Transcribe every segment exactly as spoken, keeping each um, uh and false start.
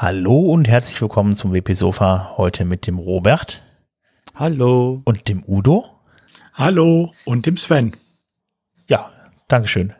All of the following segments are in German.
Hallo und herzlich willkommen zum W P Sofa, heute mit dem Robert. Hallo. Und dem Udo. Hallo und dem Sven. Ja, Dankeschön.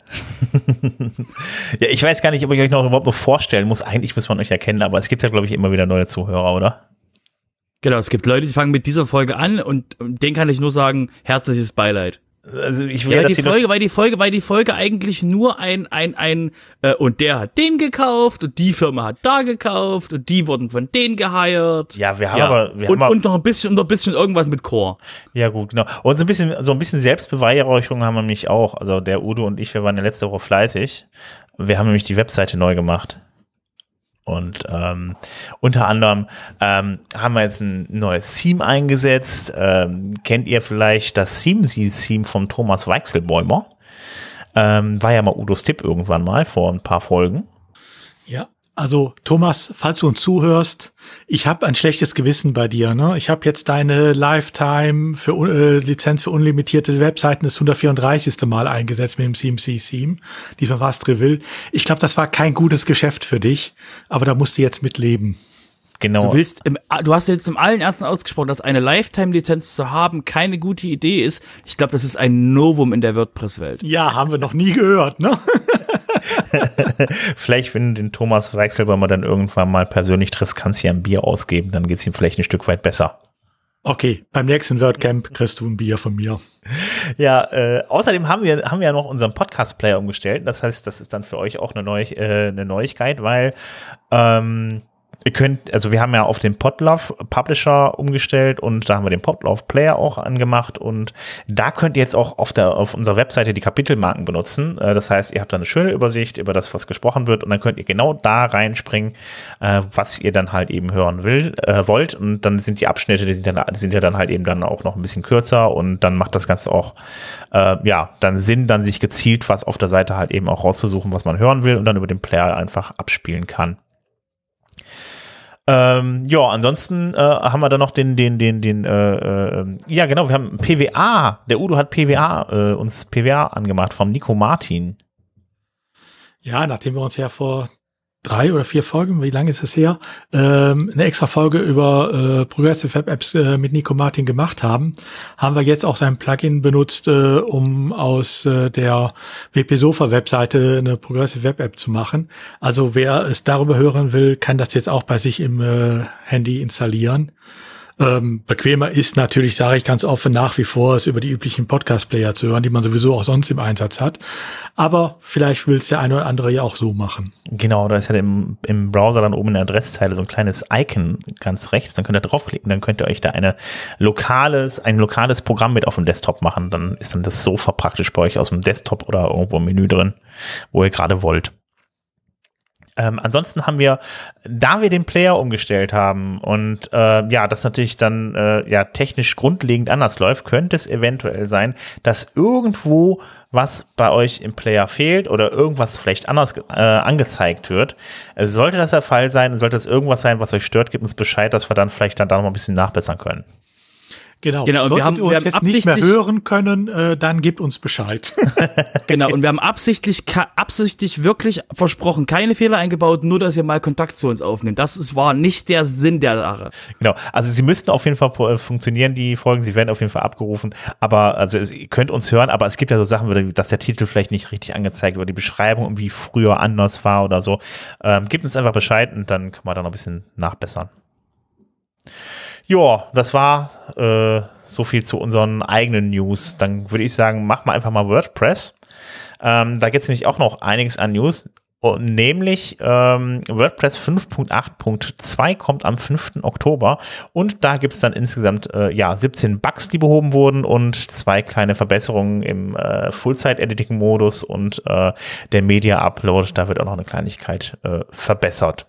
Ja, ich weiß gar nicht, ob ich euch noch überhaupt noch vorstellen muss. Eigentlich muss man euch erkennen, aber es gibt ja, glaube ich, immer wieder neue Zuhörer, oder? Genau, es gibt Leute, die fangen mit dieser Folge an und denen kann ich nur sagen, herzliches Beileid. Also ich will ja, das die Folge, weil die Folge, weil die Folge eigentlich nur ein, ein, ein, äh, und der hat den gekauft und die Firma hat da gekauft und die wurden von denen geheiert. Ja, wir haben ja. aber, wir und, haben und noch ein bisschen, und noch ein bisschen irgendwas mit Core. Ja, gut, genau. Und so ein bisschen, so ein bisschen Selbstbeweihräucherung haben wir nämlich auch. Also der Udo und ich, wir waren ja letzte Woche fleißig. Wir haben nämlich die Webseite neu gemacht. Und ähm, unter anderem ähm, haben wir jetzt ein neues Theme eingesetzt. Ähm, kennt ihr vielleicht das Theme, das Theme von Thomas Weichselbäumer? Ähm, war ja mal Udos Tipp irgendwann mal vor ein paar Folgen. Ja, also Thomas, falls du uns zuhörst, ich habe ein schlechtes Gewissen bei dir. Ne? Ich habe jetzt deine Lifetime für äh, Lizenz für unlimitierte Webseiten das hundertvierunddreißigste Mal eingesetzt mit dem C M C-Theme. Diesmal war es Triville. Ich glaube, das war kein gutes Geschäft für dich, aber da musst du jetzt mitleben. Genau. Du willst, im, du hast jetzt im allen Ernsten ausgesprochen, dass eine Lifetime-Lizenz zu haben keine gute Idee ist. Ich glaube, das ist ein Novum in der WordPress-Welt. Ja, haben wir noch nie gehört, ne? Vielleicht, wenn du den Thomas Weichselbäumer dann irgendwann mal persönlich triffst, kannst du ja ein Bier ausgeben, dann geht es ihm vielleicht ein Stück weit besser. Okay, beim nächsten WordCamp kriegst du ein Bier von mir. Ja, äh, außerdem haben wir haben wir ja noch unseren Podcast-Player umgestellt. Das heißt, das ist dann für euch auch eine, Neu äh, eine Neuigkeit, weil ähm, ihr könnt, also wir haben ja auf den Podlove Publisher umgestellt und da haben wir den Podlove Player auch angemacht und da könnt ihr jetzt auch auf der auf unserer Webseite die Kapitelmarken benutzen. Äh, das heißt, ihr habt da eine schöne Übersicht über das, was gesprochen wird und dann könnt ihr genau da reinspringen, äh, was ihr dann halt eben hören will, äh, wollt und dann sind die Abschnitte, die sind, dann, die sind ja dann halt eben dann auch noch ein bisschen kürzer und dann macht das Ganze auch, äh, ja, dann Sinn, dann sich gezielt was auf der Seite halt eben auch rauszusuchen, was man hören will und dann über den Player einfach abspielen kann. Ähm, ja, ansonsten äh, haben wir dann noch den, den, den, den, äh, äh, ja genau, wir haben P W A, der Udo hat P W A, äh, uns P W A angemacht vom Nico Martin. Ja, nachdem wir uns ja vor drei oder vier Folgen, wie lange ist es her, ähm, eine extra Folge über äh, Progressive Web Apps äh, mit Nico Martin gemacht haben, haben wir jetzt auch sein Plugin benutzt, äh, um aus äh, der W P Sofa Webseite eine Progressive Web App zu machen. Also wer es darüber hören will, kann das jetzt auch bei sich im äh, Handy installieren. Ähm, bequemer ist natürlich, sage ich ganz offen, nach wie vor es über die üblichen Podcast-Player zu hören, die man sowieso auch sonst im Einsatz hat. Aber vielleicht will es der eine oder andere ja auch so machen. Genau, da ist ja im, im Browser dann oben in der Adresszeile so ein kleines Icon ganz rechts, dann könnt ihr draufklicken, dann könnt ihr euch da eine lokales, ein lokales Programm mit auf dem Desktop machen. Dann ist dann das Sofa praktisch bei euch aus dem Desktop oder irgendwo im Menü drin, wo ihr gerade wollt. Ähm, ansonsten haben wir, da wir den Player umgestellt haben und äh, ja, das natürlich dann äh, ja technisch grundlegend anders läuft, könnte es eventuell sein, dass irgendwo was bei euch im Player fehlt oder irgendwas vielleicht anders äh, angezeigt wird. Also sollte das der Fall sein, sollte es irgendwas sein, was euch stört, gebt uns Bescheid, dass wir dann vielleicht dann da noch ein bisschen nachbessern können. Genau, genau. Und solltet wir haben, ihr uns wir haben jetzt nicht mehr hören können, äh, dann gebt uns Bescheid. Genau, und wir haben absichtlich, absichtlich wirklich versprochen, keine Fehler eingebaut, nur dass ihr mal Kontakt zu uns aufnehmt. Das ist, war nicht der Sinn der Sache. Genau, also sie müssten auf jeden Fall funktionieren, die Folgen, sie werden auf jeden Fall abgerufen, aber also ihr könnt uns hören, aber es gibt ja so Sachen, dass der Titel vielleicht nicht richtig angezeigt wird, die Beschreibung irgendwie früher anders war oder so. Ähm, gebt uns einfach Bescheid und dann kann man da noch ein bisschen nachbessern. Ja, das war äh, so viel zu unseren eigenen News. Dann würde ich sagen, mach mal einfach mal WordPress. Ähm, da gibt es nämlich auch noch einiges an News. Und nämlich ähm, WordPress fünf Punkt acht Punkt zwei kommt am fünften Oktober und da gibt es dann insgesamt äh, ja siebzehn Bugs, die behoben wurden und zwei kleine Verbesserungen im äh, Full-Site-Editing-Modus und äh, der Media-Upload. Da wird auch noch eine Kleinigkeit äh, verbessert.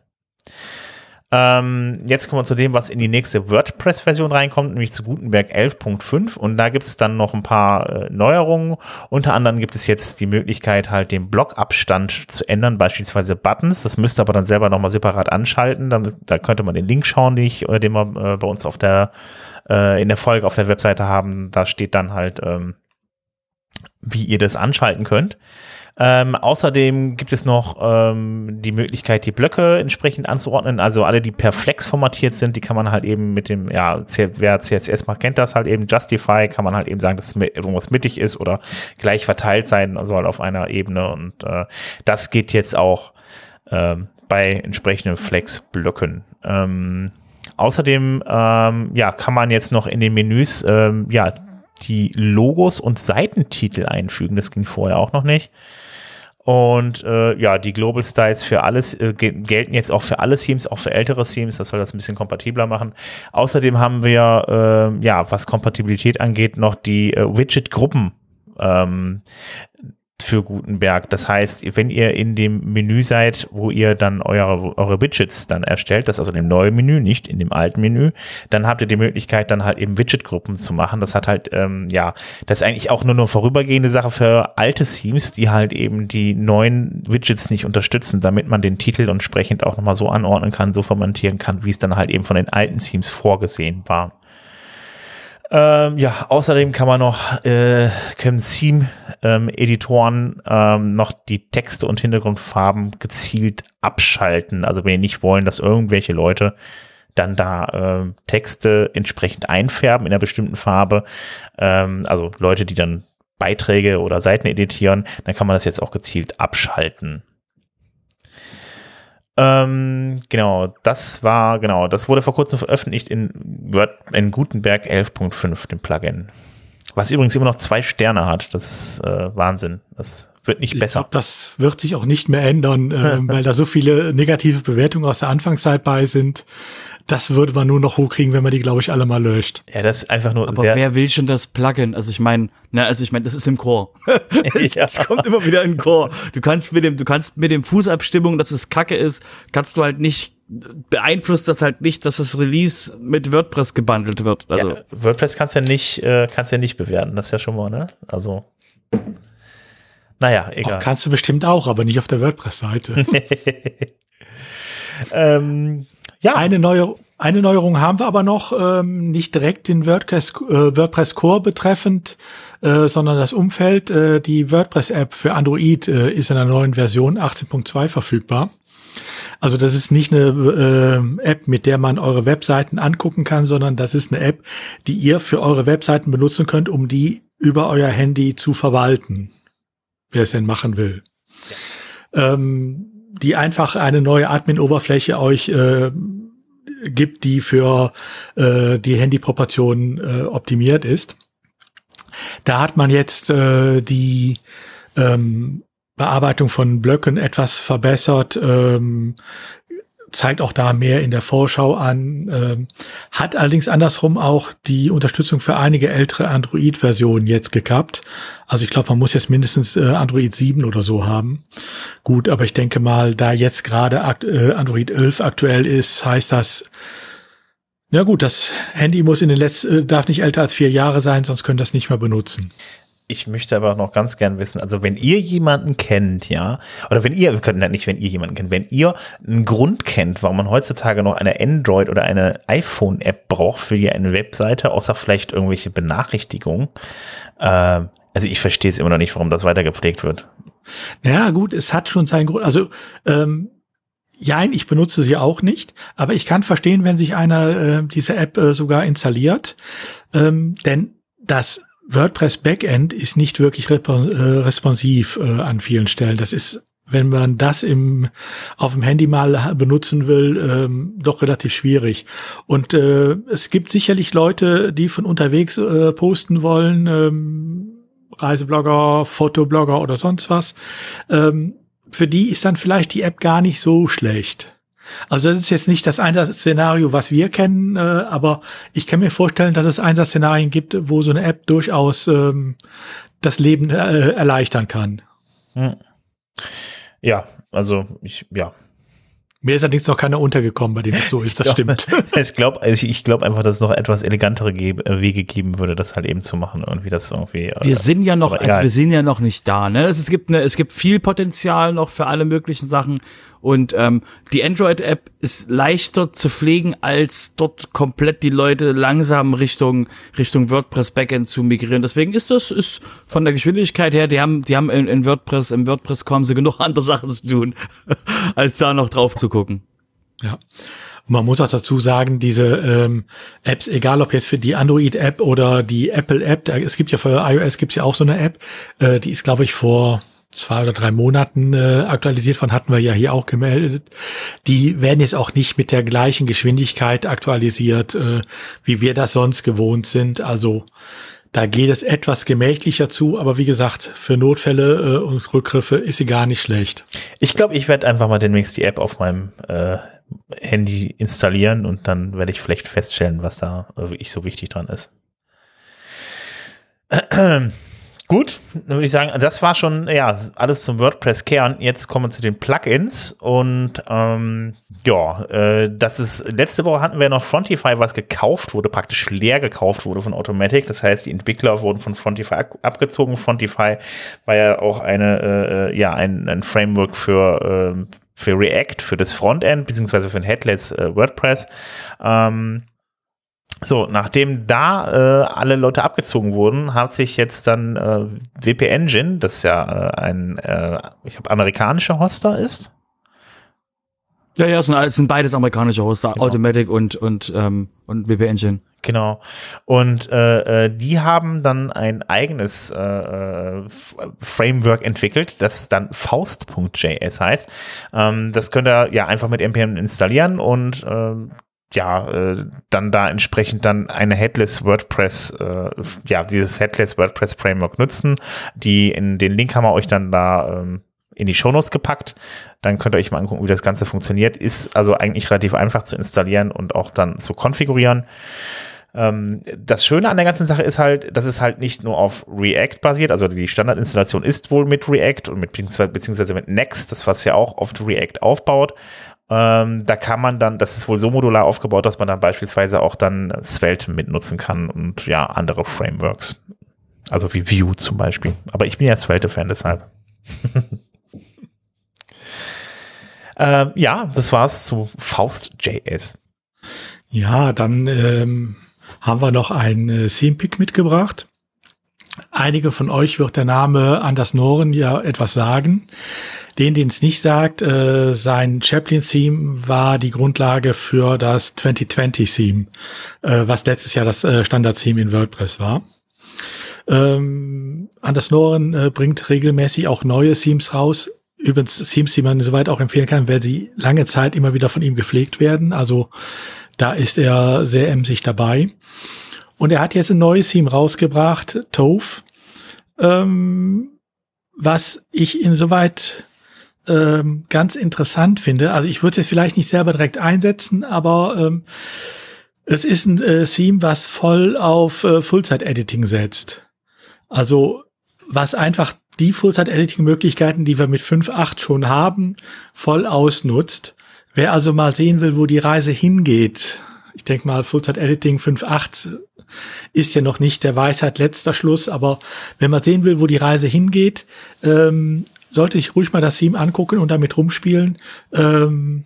Ähm, jetzt kommen wir zu dem, was in die nächste WordPress-Version reinkommt, nämlich zu Gutenberg elf Punkt fünf und da gibt es dann noch ein paar äh, Neuerungen. Unter anderem gibt es jetzt die Möglichkeit, halt den Blockabstand zu ändern, beispielsweise Buttons. Das müsst ihr aber dann selber nochmal separat anschalten. Dann, da könnte man den Link schauen, den, ich, den wir äh, bei uns auf der äh, in der Folge auf der Webseite haben. Da steht dann halt ähm, wie ihr das anschalten könnt. Ähm, außerdem gibt es noch ähm, die Möglichkeit, die Blöcke entsprechend anzuordnen. Also alle, die per Flex formatiert sind, die kann man halt eben mit dem, ja, wer C S S macht, kennt das halt eben. Justify kann man halt eben sagen, dass irgendwas mittig ist oder gleich verteilt sein soll auf einer Ebene. Und äh, das geht jetzt auch ähm, bei entsprechenden Flex-Blöcken. Ähm, außerdem ähm, ja, kann man jetzt noch in den Menüs ähm, ja, die Logos und Seitentitel einfügen. Das ging vorher auch noch nicht. Und äh, ja, die Global Styles für alles äh, gelten jetzt auch für alle Themes, auch für ältere Themes. Das soll das ein bisschen kompatibler machen. Außerdem haben wir, äh, ja, was Kompatibilität angeht, noch die äh, Widget-Gruppen ähm, für Gutenberg. Das heißt, wenn ihr in dem Menü seid, wo ihr dann eure, eure Widgets dann erstellt, das ist also in dem neuen Menü, nicht in dem alten Menü, dann habt ihr die Möglichkeit, dann halt eben Widget-Gruppen zu machen. Das hat halt, ähm, ja, das ist eigentlich auch nur eine vorübergehende Sache für alte Themes, die halt eben die neuen Widgets nicht unterstützen, damit man den Titel entsprechend auch nochmal so anordnen kann, so formatieren kann, wie es dann halt eben von den alten Themes vorgesehen war. Ähm, ja, außerdem kann man noch, äh, können Theme-Editoren ähm, noch die Texte und Hintergrundfarben gezielt abschalten. Also wenn ihr nicht wollen, dass irgendwelche Leute dann da äh, Texte entsprechend einfärben in einer bestimmten Farbe, ähm, also Leute, die dann Beiträge oder Seiten editieren, dann kann man das jetzt auch gezielt abschalten. Ähm, genau, das war, genau, das wurde vor kurzem veröffentlicht in Word, in Gutenberg elf Punkt fünf, dem Plugin. Was übrigens immer noch zwei Sterne hat. Das ist äh, Wahnsinn. Das wird nicht ich besser. Ich glaube, das wird sich auch nicht mehr ändern, äh, weil da so viele negative Bewertungen aus der Anfangszeit bei sind. Das würde man nur noch hochkriegen, wenn man die, glaube ich, alle mal löscht. Ja, das ist einfach nur Aber sehr... wer will schon das Plugin? Also ich meine, na, also ich meine, das ist im Core. Es Ja. kommt immer wieder in den Core. Du kannst mit dem, du kannst mit dem Fußabstimmung, dass es Kacke ist, kannst du halt nicht, beeinflusst das halt nicht, dass das Release mit WordPress gebundelt wird. Also Ja, WordPress kannst ja nicht, äh, kannst ja nicht bewerten. Das ist ja schon mal, ne? Also, naja, egal. Auch kannst du bestimmt auch, aber nicht auf der WordPress-Seite. ähm, ja. Eine neue, eine Neuerung haben wir aber noch, ähm, nicht direkt den WordPress, äh, WordPress Core betreffend, äh, sondern das Umfeld. Äh, die WordPress-App für Android äh, ist in der neuen Version achtzehn Punkt zwei verfügbar. Also das ist nicht eine äh, App, mit der man eure Webseiten angucken kann, sondern das ist eine App, die ihr für eure Webseiten benutzen könnt, um die über euer Handy zu verwalten, wer es denn machen will. Ja. Ähm, die einfach eine neue Admin-Oberfläche euch äh, gibt, die für äh, die Handyproportionen äh, optimiert ist. Da hat man jetzt äh, die ähm, Bearbeitung von Blöcken etwas verbessert, ähm, zeigt auch da mehr in der Vorschau an, ähm, hat allerdings andersrum auch die Unterstützung für einige ältere Android-Versionen jetzt gekappt. Also ich glaube, man muss jetzt mindestens äh, Android sieben oder so haben. Gut, aber ich denke mal, da jetzt gerade akt- äh, Android elf aktuell ist, heißt das, na gut, das Handy muss in den letzten, äh, darf nicht älter als vier Jahre sein, sonst können das nicht mehr benutzen. Ich möchte aber noch ganz gern wissen, also wenn ihr jemanden kennt, ja, oder wenn ihr, wir können nicht, wenn ihr jemanden kennt, wenn ihr einen Grund kennt, warum man heutzutage noch eine Android- oder eine iPhone-App braucht für eine Webseite, außer vielleicht irgendwelche Benachrichtigungen, äh, also ich verstehe es immer noch nicht, warum das weiter gepflegt wird. Naja, gut, es hat schon seinen Grund, also, ähm, Jein, ich benutze sie auch nicht, aber ich kann verstehen, wenn sich einer äh, diese App äh, sogar installiert, ähm, denn das WordPress Backend ist nicht wirklich repons- äh, responsiv äh, an vielen Stellen. Das ist, wenn man das im auf dem Handy mal benutzen will, ähm, doch relativ schwierig. Und äh, es gibt sicherlich Leute, die von unterwegs äh, posten wollen, ähm, Reiseblogger, Fotoblogger oder sonst was. Ähm, für die ist dann vielleicht die App gar nicht so schlecht. Also das ist jetzt nicht das Einsatzszenario, was wir kennen, äh, aber ich kann mir vorstellen, dass es Einsatzszenarien gibt, wo so eine App durchaus ähm, das Leben äh, erleichtern kann. Hm. Ja, also ich, ja, Mir ist allerdings noch keiner untergekommen, bei dem es so ist, das ich stimmt. Glaub, ich glaube also ich glaub einfach, dass es noch etwas elegantere Ge- Wege geben würde, das halt eben zu machen. Irgendwie das irgendwie. Wir äh, sind ja noch, aber also egal. wir sind ja noch nicht da, ne? Es, es gibt eine, es gibt viel Potenzial noch für alle möglichen Sachen und ähm, die Android-App ist leichter zu pflegen, als dort komplett die Leute langsam Richtung Richtung WordPress Backend zu migrieren. Deswegen ist das ist von der Geschwindigkeit her, die haben die haben in, in WordPress im WordPress kommen sie genug andere Sachen zu tun, als da noch drauf zu gucken. Ja. Und man muss auch dazu sagen, diese ähm, Apps, egal ob jetzt für die Android-App oder die Apple-App, da, es gibt ja für iOS gibt's ja auch so eine App, äh, die ist, glaube ich, vor zwei oder drei Monaten äh, aktualisiert worden, hatten wir ja hier auch gemeldet. Die werden jetzt auch nicht mit der gleichen Geschwindigkeit aktualisiert, äh, wie wir das sonst gewohnt sind. Also da geht es etwas gemächlicher zu, aber wie gesagt, für Notfälle äh, und Rückgriffe ist sie gar nicht schlecht. Ich glaube, ich werde einfach mal demnächst die App auf meinem äh, Handy installieren und dann werde ich vielleicht feststellen, was da äh, wirklich so wichtig dran ist. Gut, dann würde ich sagen, das war schon ja alles zum WordPress-Kern. Jetzt kommen wir zu den Plugins und ähm, ja, äh, das ist letzte Woche hatten wir noch Frontify, was gekauft wurde, praktisch leer gekauft wurde von Automatic. Das heißt, die Entwickler wurden von Frontify ab- abgezogen. Frontify war ja auch eine äh, ja ein, ein Framework für äh, für React, für das Frontend beziehungsweise für ein Headless äh, WordPress. Ähm, So, nachdem da äh, alle Leute abgezogen wurden, hat sich jetzt dann äh, W P Engine, das ja äh, ein, äh, ich glaube, amerikanischer Hoster ist. Ja, ja, es sind, es sind beides amerikanische Hoster, Genau. Automatic und und ähm, und W P Engine. Genau. Und äh, äh, die haben dann ein eigenes äh, äh, Framework entwickelt, das dann Faust.js heißt. Ähm, das könnt ihr ja einfach mit N P M installieren und äh, ja, äh, dann da entsprechend dann eine Headless WordPress, äh, ja, dieses Headless WordPress Framework nutzen. Die in den Link haben wir euch dann da ähm, in die Shownotes gepackt. Dann könnt ihr euch mal angucken, wie das Ganze funktioniert. Ist also eigentlich relativ einfach zu installieren und auch dann zu konfigurieren. Ähm, das Schöne an der ganzen Sache ist halt, dass es halt nicht nur auf React basiert, also die Standardinstallation ist wohl mit React und mit beziehungsweise mit Next, das was ja auch auf React aufbaut. Ähm, da kann man dann, das ist wohl so modular aufgebaut, dass man dann beispielsweise auch dann Svelte mitnutzen kann und ja, andere Frameworks. Also wie Vue zum Beispiel. Aber ich bin ja Svelte-Fan, deshalb. ähm, ja, das war's zu Faust.js. Ja, dann ähm, haben wir noch ein äh, Theme-Pick mitgebracht. Einige von euch wird der Name Anders Noren ja etwas sagen. Den, den es nicht sagt, äh, sein Chaplin-Theme war die Grundlage für das zwanzig zwanzig-Theme, äh, was letztes Jahr das äh, Standard-Theme in WordPress war. Ähm, Anders Noren äh, bringt regelmäßig auch neue Themes raus. Übrigens Themes, die man soweit auch empfehlen kann, weil sie lange Zeit immer wieder von ihm gepflegt werden. Also da ist er sehr emsig dabei. Und er hat jetzt ein neues Theme rausgebracht, Tove, ähm, was ich insoweit ähm, ganz interessant finde. Also ich würde es jetzt vielleicht nicht selber direkt einsetzen, aber ähm, es ist ein äh, Theme, was voll auf äh, Full-Site-Editing setzt. Also was einfach die Full-Site-Editing-Möglichkeiten, die wir mit fünf Punkt acht schon haben, voll ausnutzt. Wer also mal sehen will, wo die Reise hingeht, ich denke mal, Full-Site-Editing fünf Punkt acht ist ja noch nicht der Weisheit letzter Schluss, aber wenn man sehen will, wo die Reise hingeht, ähm, sollte ich ruhig mal das Theme angucken und damit rumspielen. Ähm,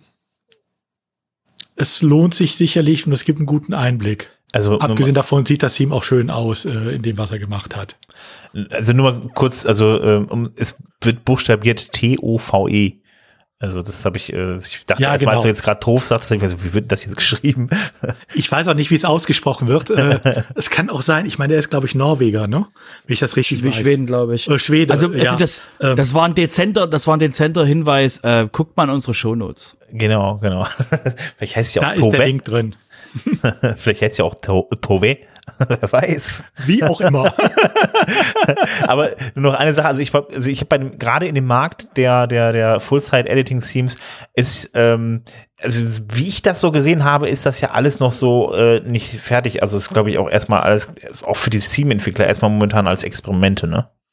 es lohnt sich sicherlich und es gibt einen guten Einblick. Also abgesehen davon sieht das Theme auch schön aus, äh, in dem, was er gemacht hat. Also nur mal kurz, also ähm, um, es wird buchstabiert T O V E. Also das habe ich, äh, ich dachte ja, erst genau. mal, als du jetzt gerade Tove sagst, ich weiß, wie wird das jetzt geschrieben? Ich weiß auch nicht, wie es ausgesprochen wird. äh, es kann auch sein, ich meine, er ist, glaube ich, Norweger, ne? Wenn ich das richtig Wie weiß. Schweden, glaube ich. Äh, Schwede, also ja. das, das war ein dezenter, das war ein dezenter Hinweis. Äh, guckt mal in unsere Shownotes. Genau, genau. Vielleicht heißt es ja auch da Tove. ist der Link drin. Vielleicht heißt es ja auch to- Tove. Wer weiß. Wie auch immer. Aber nur noch eine Sache, also ich habe also ich hab bei dem, gerade in dem Markt der der der Full-Site-Editing-Themes ist, ähm, also wie ich das so gesehen habe, ist das ja alles noch so äh, nicht fertig. Also ist, glaube ich, auch erstmal alles, auch für die Theme-Entwickler erstmal momentan als Experimente, ne?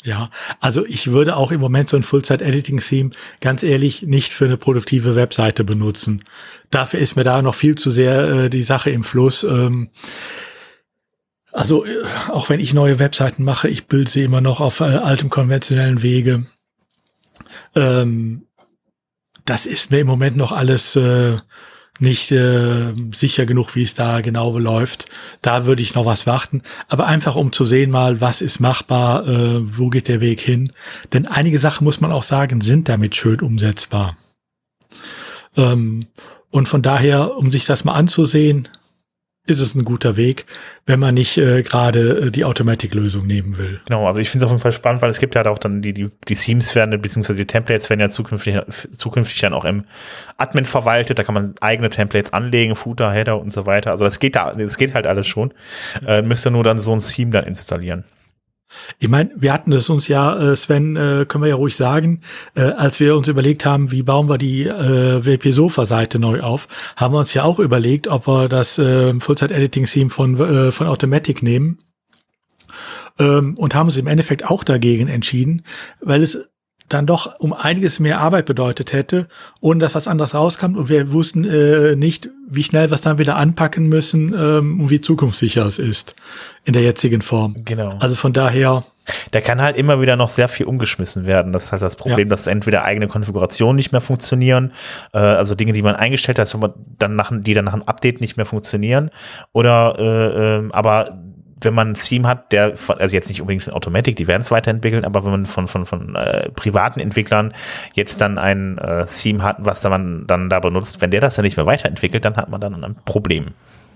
Ja, also ich würde auch im Moment so ein Full-Site-Editing-Theme ganz ehrlich nicht für eine produktive Webseite benutzen. Dafür ist mir da noch viel zu sehr äh, die Sache im Fluss. Ähm, also äh, auch wenn ich neue Webseiten mache, ich bilde sie immer noch auf äh, altem konventionellen Wege. Ähm, das ist mir im Moment noch alles äh, nicht äh, sicher genug, wie es da genau läuft. Da würde ich noch was warten. Aber einfach um zu sehen mal, was ist machbar, äh, wo geht der Weg hin. Denn einige Sachen, muss man auch sagen, sind damit schön umsetzbar. Ähm, und von daher, um sich das mal anzusehen, ist es ein guter Weg, wenn man nicht äh, gerade äh, die Automatic-Lösung nehmen will. Genau, also ich finde es auf jeden Fall spannend, weil es gibt ja auch dann die, die, die Themes werden, beziehungsweise die Templates werden ja zukünftig, zukünftig dann auch im Admin verwaltet, da kann man eigene Templates anlegen, Footer, Header und so weiter, also das geht da, das geht halt alles schon, äh, müsst ihr nur dann so ein Theme dann installieren. Ich meine, wir hatten es uns ja, äh, Sven, äh, können wir ja ruhig sagen, äh, als wir uns überlegt haben, wie bauen wir die äh, W P-Sofa-Seite neu auf, haben wir uns ja auch überlegt, ob wir das äh, Full-Site-Editing-Theme von äh, von Automatic nehmen ähm, und haben uns im Endeffekt auch dagegen entschieden, weil es dann doch um einiges mehr Arbeit bedeutet hätte, ohne dass was anderes rauskam und wir wussten äh, nicht, wie schnell wir es dann wieder anpacken müssen ähm, und wie zukunftssicher es ist in der jetzigen Form. Genau. Also von daher... Da kann halt immer wieder noch sehr viel umgeschmissen werden. Das ist halt das Problem, ja. dass entweder eigene Konfigurationen nicht mehr funktionieren, äh, also Dinge, die man eingestellt hat, dann nach, die dann nach einem Update nicht mehr funktionieren, oder äh, äh, aber wenn man ein Theme hat, der von, also jetzt nicht unbedingt von Automatic, die werden es weiterentwickeln, aber wenn man von von von äh, privaten Entwicklern jetzt dann ein äh, Theme hat, was da man dann da benutzt, wenn der das dann nicht mehr weiterentwickelt, dann hat man dann ein Problem.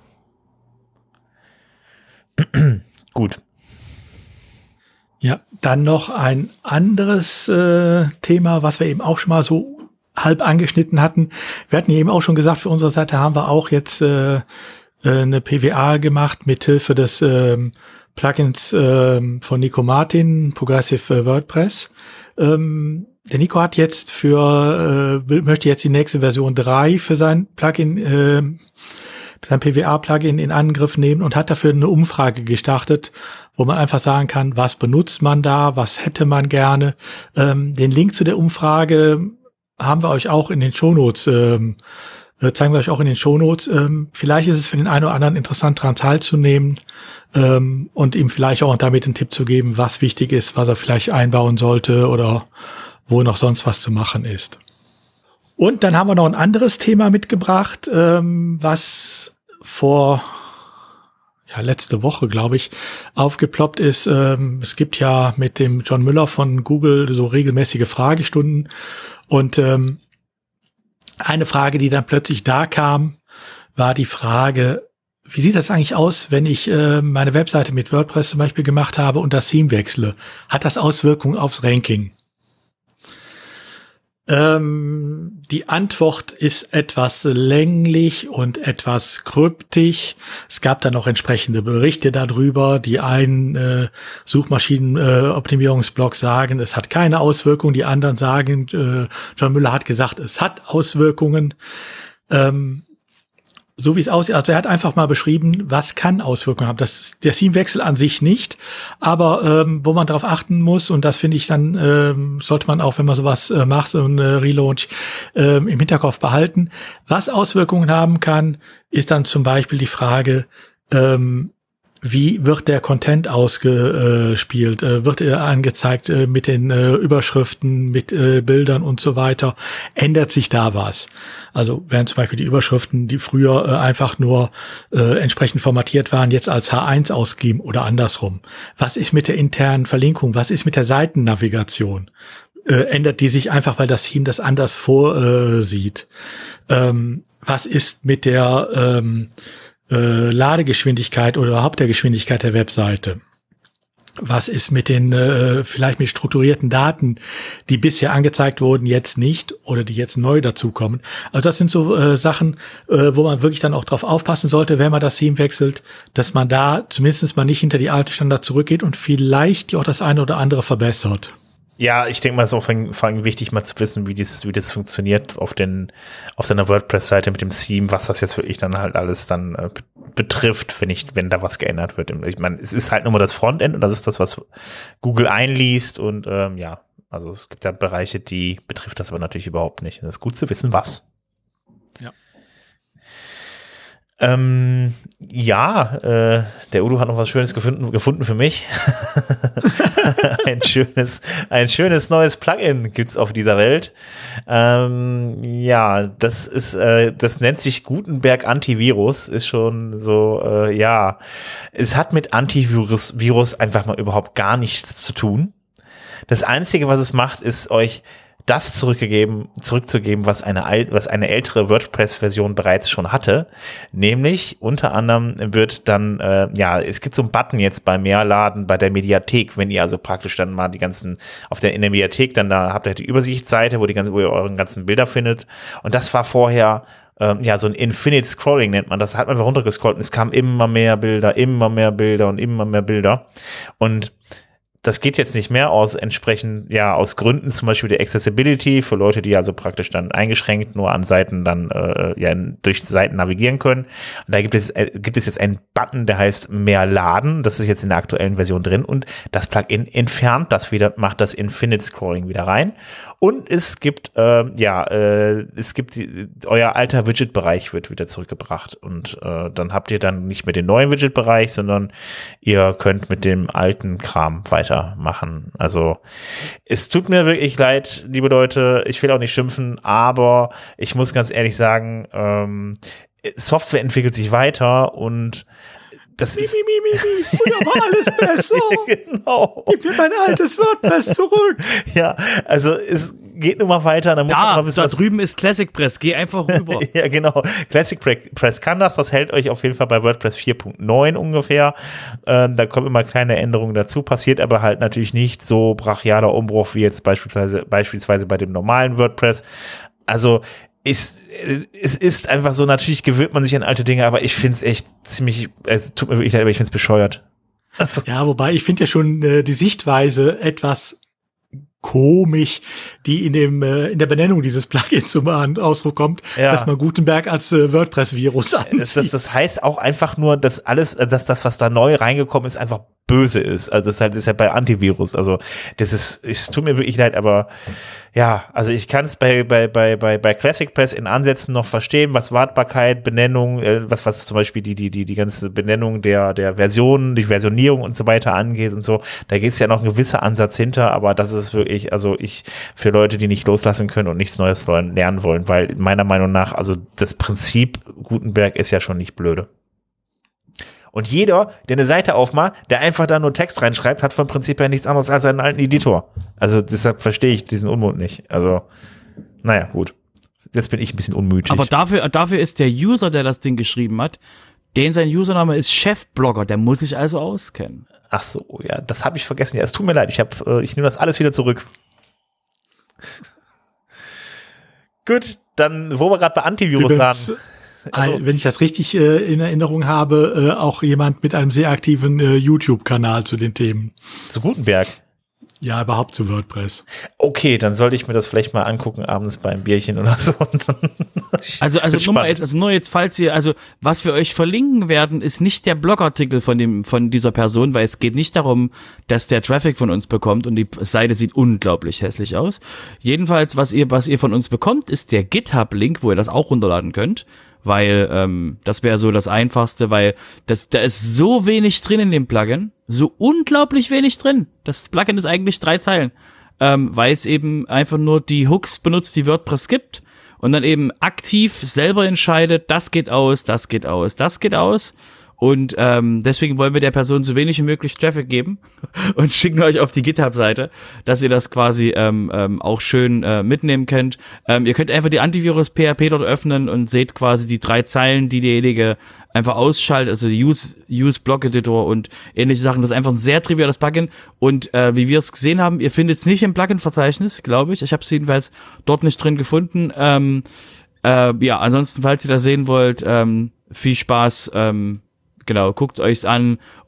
Gut. Ja, dann noch ein anderes äh, Thema, was wir eben auch schon mal so halb angeschnitten hatten. Wir hatten ja eben auch schon gesagt, für unsere Seite haben wir auch jetzt äh, eine P W A gemacht mit Hilfe des ähm, Plugins ähm, von Nico Martin, Progressive WordPress. Ähm, der Nico hat jetzt für äh, möchte jetzt die nächste Version drei für sein Plugin, äh, sein P W A-Plugin in Angriff nehmen und hat dafür eine Umfrage gestartet, wo man einfach sagen kann, was benutzt man da, was hätte man gerne. Ähm, den Link zu der Umfrage haben wir euch auch in den Shownotes ähm, zeigen wir euch auch in den Shownotes. Ähm, vielleicht ist es für den einen oder anderen interessant, daran teilzunehmen ähm, und ihm vielleicht auch damit einen Tipp zu geben, was wichtig ist, was er vielleicht einbauen sollte oder wo noch sonst was zu machen ist. Und dann haben wir noch ein anderes Thema mitgebracht, ähm, was vor ja letzte Woche, glaube ich, aufgeploppt ist. Ähm, es gibt ja mit dem John Müller von Google so regelmäßige Fragestunden und ähm, eine Frage, die dann plötzlich da kam, war die Frage, wie sieht das eigentlich aus, wenn ich äh, meine Webseite mit WordPress zum Beispiel gemacht habe und das Theme wechsle? Hat das Auswirkungen aufs Ranking? Ähm, die Antwort ist etwas länglich und etwas kryptisch. Es gab dann noch entsprechende Berichte darüber. Die einen äh, Suchmaschinenoptimierungsblogs äh, sagen, es hat keine Auswirkungen. Die anderen sagen, äh, John Müller hat gesagt, es hat Auswirkungen. Ähm, so wie es aussieht, also er hat einfach mal beschrieben, was kann Auswirkungen haben. Das ist der Themewechsel an sich nicht, aber ähm, wo man darauf achten muss, und das finde ich dann, ähm, sollte man auch, wenn man sowas äh, macht, so ein äh, Relaunch, ähm, im Hinterkopf behalten. Was Auswirkungen haben kann, ist dann zum Beispiel die Frage, ähm, wie wird der Content ausgespielt? Äh, wird er angezeigt äh, mit den äh, Überschriften, mit äh, Bildern und so weiter? Ändert sich da was? Also werden zum Beispiel die Überschriften, die früher äh, einfach nur äh, entsprechend formatiert waren, jetzt als H eins ausgegeben oder andersrum? Was ist mit der internen Verlinkung? Was ist mit der Seitennavigation? Äh, ändert die sich einfach, weil das Theme das anders vorsieht? Ähm, was ist mit der ähm, Äh, Ladegeschwindigkeit oder überhaupt der Geschwindigkeit der Webseite? Was ist mit den äh, vielleicht mit strukturierten Daten, die bisher angezeigt wurden, jetzt nicht oder die jetzt neu dazukommen? Also das sind so äh, Sachen, äh, wo man wirklich dann auch drauf aufpassen sollte, wenn man das Theme wechselt, dass man da zumindest mal nicht hinter die alten Standards zurückgeht und vielleicht auch das eine oder andere verbessert. Ja, ich denke mal, es ist auch vor allem wichtig, mal zu wissen, wie das, wie das funktioniert auf den, auf seiner WordPress-Seite mit dem Theme, was das jetzt wirklich dann halt alles dann äh, betrifft, wenn ich, wenn da was geändert wird. Ich meine, es ist halt nur mal das Frontend und das ist das, was Google einliest und ähm, ja, also es gibt da Bereiche, die betrifft das aber natürlich überhaupt nicht. Es ist gut zu wissen, was. Ja. Ähm, ja, äh, der Udo hat noch was Schönes gefunden, gefunden für mich. ein schönes, ein schönes neues Plugin gibt's auf dieser Welt. Ähm, ja, das ist, äh, das nennt sich Gutenberg Antivirus. Ist schon so, äh, ja, es hat mit Antivirus Virus einfach mal überhaupt gar nichts zu tun. Das Einzige, was es macht, ist euch das zurückgegeben, zurückzugeben, was eine alt, was eine ältere WordPress-Version bereits schon hatte. Nämlich unter anderem wird dann, äh, ja, es gibt so einen Button jetzt bei Mehrladen bei der Mediathek, wenn ihr also praktisch dann mal die ganzen, auf der, in der Mediathek, dann da habt ihr die Übersichtsseite, wo die ganzen, wo ihr euren ganzen Bilder findet. Und das war vorher, ähm, ja, so ein Infinite Scrolling nennt man das. Da hat man einfach runtergescrollt und es kamen immer mehr Bilder, immer mehr Bilder und immer mehr Bilder. Und das geht jetzt nicht mehr aus entsprechend, ja, aus Gründen zum Beispiel der Accessibility für Leute, die also praktisch dann eingeschränkt nur an Seiten dann, äh, ja, durch Seiten navigieren können. Und da gibt es, äh, gibt es jetzt einen Button, der heißt mehr laden. Das ist jetzt in der aktuellen Version drin und das Plugin entfernt das wieder, macht das Infinite Scrolling wieder rein. Und es gibt, äh, ja, äh, es gibt, die, euer alter Widget-Bereich wird wieder zurückgebracht und äh, dann habt ihr dann nicht mehr den neuen Widget-Bereich, sondern ihr könnt mit dem alten Kram weiter machen. Also es tut mir wirklich leid, liebe Leute, ich will auch nicht schimpfen, aber ich muss ganz ehrlich sagen, ähm, Software entwickelt sich weiter und das mi, ist mi, mi, mi, mi. Früher war alles besser. Genau. Gib mir mein altes WordPress zurück. Ja, also es geht nun mal weiter. Dann muss Da, man mal wissen, da was drüben ist Classic Press. Geh einfach rüber. ja, genau. Classic Press kann das. Das hält euch auf jeden Fall bei WordPress vier Punkt neun ungefähr. Ähm, da kommen immer kleine Änderungen dazu. Passiert aber halt natürlich nicht so brachialer Umbruch wie jetzt beispielsweise, beispielsweise bei dem normalen WordPress. Also ist, es ist einfach so, natürlich gewöhnt man sich an alte Dinge, aber ich finde es echt ziemlich, es tut mir wirklich leid, aber ich finde es bescheuert. Ja, wobei ich finde ja schon äh, die Sichtweise etwas komisch, die in dem äh, in der Benennung dieses Plugins zum Ausdruck kommt, Ja. dass man Gutenberg als äh, WordPress-Virus ansieht. Das, das, das heißt auch einfach nur, dass alles, dass das, was da neu reingekommen ist, einfach böse ist. Also das ist halt, das ist halt bei Antivirus. Also das ist, es tut mir wirklich leid, aber ja, also ich kann es bei, bei, bei, bei, bei Classic Press in Ansätzen noch verstehen, was Wartbarkeit, Benennung, äh, was, was zum Beispiel die, die, die, die ganze Benennung der, der Versionen, die Versionierung und so weiter angeht und so. Da geht es ja noch ein gewisser Ansatz hinter, aber das ist wirklich, also ich, für Leute, die nicht loslassen können und nichts Neues lernen wollen, weil meiner Meinung nach, also das Prinzip Gutenberg ist ja schon nicht blöde. Und jeder, der eine Seite aufmacht, der einfach da nur Text reinschreibt, hat vom Prinzip her nichts anderes als einen alten Editor. Also deshalb verstehe ich diesen Unmut nicht. Also, naja, gut. Jetzt bin ich ein bisschen unmütig. Aber dafür, dafür ist der User, der das Ding geschrieben hat, den sein Username ist Chefblogger, der muss sich also auskennen. Ach so, ja, das habe ich vergessen. Ja, es tut mir leid, ich, hab, äh, ich nehme das alles wieder zurück. Gut, dann, wo wir gerade bei Antivirus Übrigens, waren. Also, wenn ich das richtig äh, in Erinnerung habe, äh, auch jemand mit einem sehr aktiven äh, YouTube-Kanal zu den Themen. zu Gutenberg. Ja, überhaupt zu WordPress. Okay, dann sollte ich mir das vielleicht mal angucken, abends beim Bierchen oder so. Also, also nur mal jetzt, also nur jetzt, falls ihr, also was wir euch verlinken werden, ist nicht der Blogartikel von dem, von dieser Person, weil es geht nicht darum, dass der Traffic von uns bekommt und die Seite sieht unglaublich hässlich aus. Jedenfalls, was ihr, was ihr von uns bekommt, ist der GitHub-Link, wo ihr das auch runterladen könnt. Weil ähm, das wäre so das Einfachste, weil das da ist so wenig drin in dem Plugin, so unglaublich wenig drin. Das Plugin ist eigentlich drei Zeilen, ähm, weil es eben einfach nur die Hooks benutzt, die WordPress gibt und dann eben aktiv selber entscheidet, das geht aus, das geht aus, das geht aus. Und ähm, deswegen wollen wir der Person so wenig wie möglich Traffic geben und schicken euch auf die GitHub-Seite, dass ihr das quasi ähm, ähm, auch schön äh, mitnehmen könnt. Ähm, ihr könnt einfach die Antivirus-P H P dort öffnen und seht quasi die drei Zeilen, die derjenige einfach ausschaltet, also Use, Use Block Editor und ähnliche Sachen. Das ist einfach ein sehr triviales Plugin und äh, wie wir es gesehen haben, ihr findet es nicht im Plugin-Verzeichnis, glaube ich. Ich habe es jedenfalls dort nicht drin gefunden. Ähm, äh, ja, ansonsten, falls ihr das sehen wollt, ähm, viel Spaß, ähm, genau, guckt euch's an,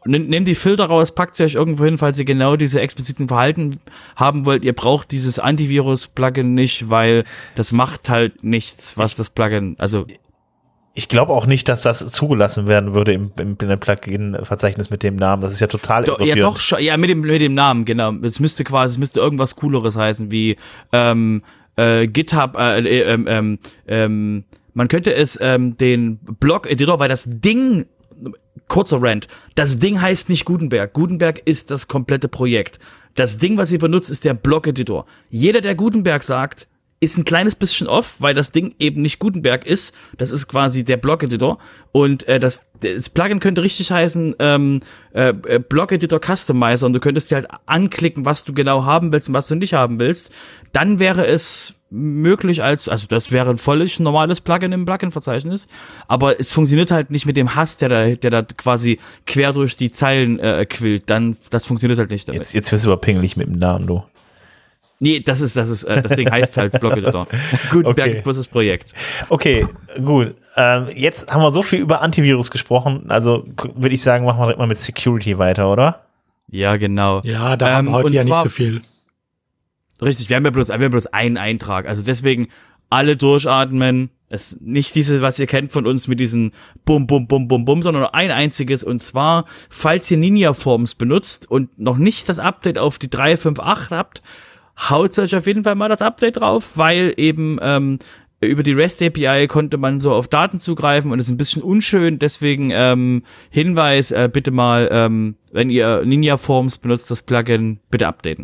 nehmt die Filter raus, packt sie euch irgendwo hin, falls ihr genau diese expliziten Verhalten haben wollt. Ihr braucht dieses Antivirus-Plugin nicht, weil das macht halt nichts, was das Plugin, also ich glaube auch nicht, dass das zugelassen werden würde im, im, im Plugin-Verzeichnis mit dem Namen. Das ist ja total doch, ja, doch, ja, mit dem, mit dem Namen, genau. Es müsste quasi, es müsste irgendwas Cooleres heißen, wie ähm, äh, GitHub, äh, äh, ähm, ähm, man könnte es ähm, den Blog-Editor, weil das Ding, kurzer Rant, das Ding heißt nicht Gutenberg. Gutenberg ist das komplette Projekt. Das Ding, was ihr benutzt, ist der Blog-Editor. Jeder, der Gutenberg sagt, ist ein kleines bisschen off, weil das Ding eben nicht Gutenberg ist. Das ist quasi der Blog-Editor. Und äh, das, das Plugin könnte richtig heißen ähm, äh, Blog-Editor Customizer. Und du könntest dir halt anklicken, was du genau haben willst und was du nicht haben willst. Dann wäre es möglich als, also das wäre ein völlig normales Plugin im Plugin-Verzeichnis. Aber es funktioniert halt nicht mit dem Hass, der da, der da quasi quer durch die Zeilen äh, quillt. Dann, das funktioniert halt nicht damit. Jetzt, jetzt wirst du aber pingelig mit dem Namen, du. Nee, das ist, das ist, äh, das Ding heißt halt Blog-Editor. Gutenberg ist bloß das Projekt. Okay, gut. Ähm, jetzt haben wir so viel über Antivirus gesprochen, also würde ich sagen, machen wir direkt mal mit Security weiter, oder? Ja, genau. Ja, da haben ähm, wir heute ja zwar, nicht so viel. Richtig, wir haben ja bloß, wir haben bloß einen Eintrag. Also deswegen alle durchatmen. Es nicht diese, was ihr kennt von uns mit diesen Bum, Bum, Bum, Bum, Bum, sondern nur ein einziges. Und zwar, falls ihr Ninja Forms benutzt und noch nicht das Update auf die drei Punkt fünf Punkt acht habt, haut euch auf jeden Fall mal das Update drauf, weil eben ähm, über die REST A P I konnte man so auf Daten zugreifen und ist ein bisschen unschön. Deswegen ähm, Hinweis, äh, bitte mal, ähm, wenn ihr Ninja Forms benutzt, das Plugin, bitte updaten.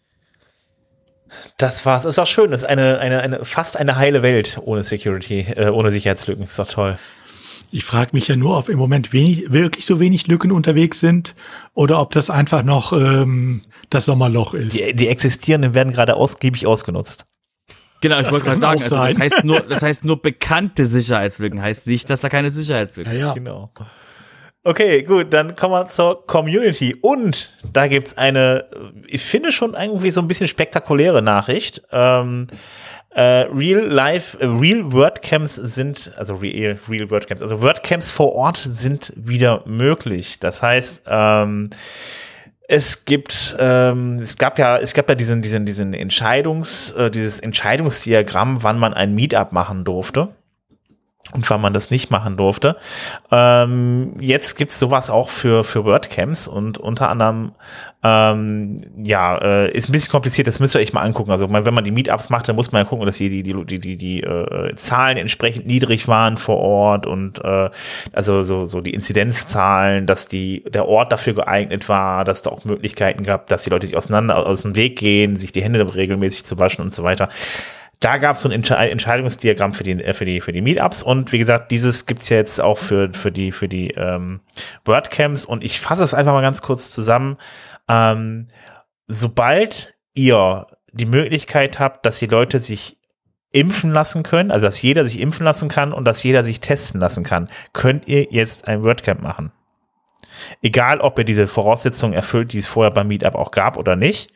Das war's. Ist auch schön. Das ist eine, eine, eine fast eine heile Welt ohne Security, äh, ohne Sicherheitslücken. Ist doch toll. Ich frage mich ja nur, ob im Moment wenig, wirklich so wenig Lücken unterwegs sind oder ob das einfach noch ähm, das Sommerloch ist. Die, die existierenden werden gerade ausgiebig ausgenutzt. Genau, ich wollte gerade sagen, also das heißt nur, das heißt nur bekannte Sicherheitslücken, heißt nicht, dass da keine Sicherheitslücken sind. Ja, ja. Genau. Okay, gut, dann kommen wir zur Community. Und da gibt's eine, ich finde schon irgendwie so ein bisschen spektakuläre Nachricht. Ähm, Uh, real life, uh, real WordCamps sind, also real, real WordCamps, also WordCamps vor Ort sind wieder möglich. Das heißt, ähm, es gibt, ähm, es gab ja, es gab ja diesen, diesen, diesen Entscheidungs, äh, dieses Entscheidungsdiagramm, wann man ein Meetup machen durfte. Und wann man das nicht machen durfte. Ähm, jetzt gibt's sowas auch für für WordCamps und unter anderem ähm, ja äh, ist ein bisschen kompliziert. Das müsst ihr euch mal angucken. Also wenn man die Meetups macht, dann muss man ja gucken, dass die die die die die, die äh, Zahlen entsprechend niedrig waren vor Ort und äh, also so so die Inzidenzzahlen, dass die der Ort dafür geeignet war, dass da auch Möglichkeiten gab, dass die Leute sich auseinander aus dem Weg gehen, sich die Hände regelmäßig zu waschen und so weiter. Da gab es so ein Entsche- Entscheidungsdiagramm für die, äh, für die, für die Meetups und wie gesagt, dieses gibt's ja jetzt auch für, für die, für die ähm, WordCamps und ich fasse es einfach mal ganz kurz zusammen. Ähm, sobald ihr die Möglichkeit habt, dass die Leute sich impfen lassen können, also dass jeder sich impfen lassen kann und dass jeder sich testen lassen kann, könnt ihr jetzt ein WordCamp machen. Egal, ob ihr diese Voraussetzungen erfüllt, die es vorher beim Meetup auch gab oder nicht.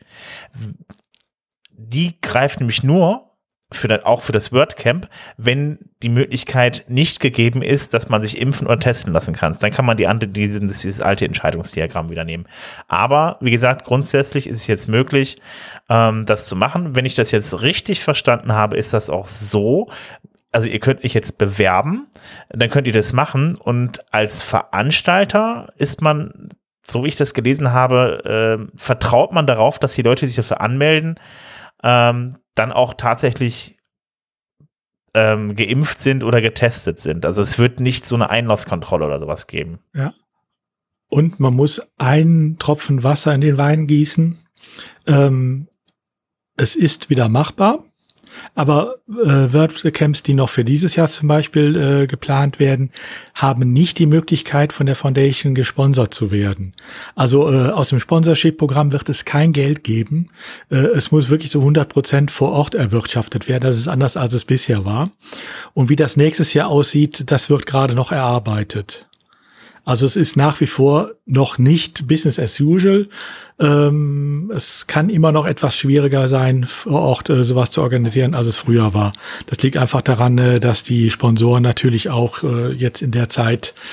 Die greift nämlich nur Für das, auch für das WordCamp, wenn die Möglichkeit nicht gegeben ist, dass man sich impfen oder testen lassen kann. Dann kann man die, dieses, dieses alte Entscheidungsdiagramm wieder nehmen. Aber, wie gesagt, grundsätzlich ist es jetzt möglich, ähm, das zu machen. Wenn ich das jetzt richtig verstanden habe, ist das auch so, also ihr könnt euch jetzt bewerben, dann könnt ihr das machen und als Veranstalter ist man, so wie ich das gelesen habe, äh, vertraut man darauf, dass die Leute sich dafür anmelden, ähm, dann auch tatsächlich ähm, geimpft sind oder getestet sind. Also es wird nicht so eine Einlasskontrolle oder sowas geben. Ja. Und man muss einen Tropfen Wasser in den Wein gießen. Ähm, es ist wieder machbar. Aber äh, WordCamps, die noch für dieses Jahr zum Beispiel äh, geplant werden, haben nicht die Möglichkeit, von der Foundation gesponsert zu werden. Also äh, aus dem Sponsorship-Programm wird es kein Geld geben. Äh, es muss wirklich so hundert Prozent vor Ort erwirtschaftet werden. Das ist anders, als es bisher war. Und wie das nächstes Jahr aussieht, das wird gerade noch erarbeitet. Also es ist nach wie vor noch nicht Business as usual. Ähm, es kann immer noch etwas schwieriger sein, vor Ort äh, sowas zu organisieren, als es früher war. Das liegt einfach daran, äh, dass die Sponsoren natürlich auch äh, jetzt in der Zeit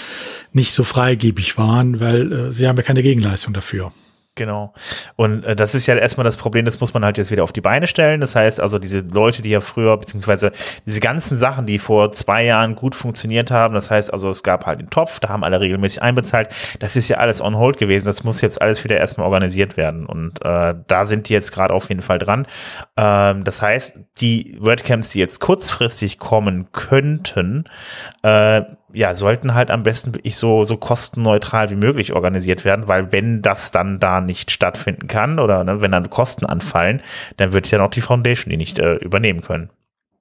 nicht so freigebig waren, weil äh, sie haben ja keine Gegenleistung dafür. Genau. Und äh, das ist ja erstmal das Problem, das muss man halt jetzt wieder auf die Beine stellen. Das heißt also, diese Leute, die ja früher, beziehungsweise diese ganzen Sachen, die vor zwei Jahren gut funktioniert haben, das heißt also, es gab halt den Topf, da haben alle regelmäßig einbezahlt. Das ist ja alles on hold gewesen. Das muss jetzt alles wieder erstmal organisiert werden. Und äh, da sind die jetzt gerade auf jeden Fall dran. Ähm, das heißt, die WordCamps, die jetzt kurzfristig kommen könnten, äh, ja, sollten halt am besten wirklich so, so kostenneutral wie möglich organisiert werden, weil wenn das dann da nicht stattfinden kann oder ne, wenn dann Kosten anfallen, dann wird ja noch die Foundation die nicht äh, übernehmen können.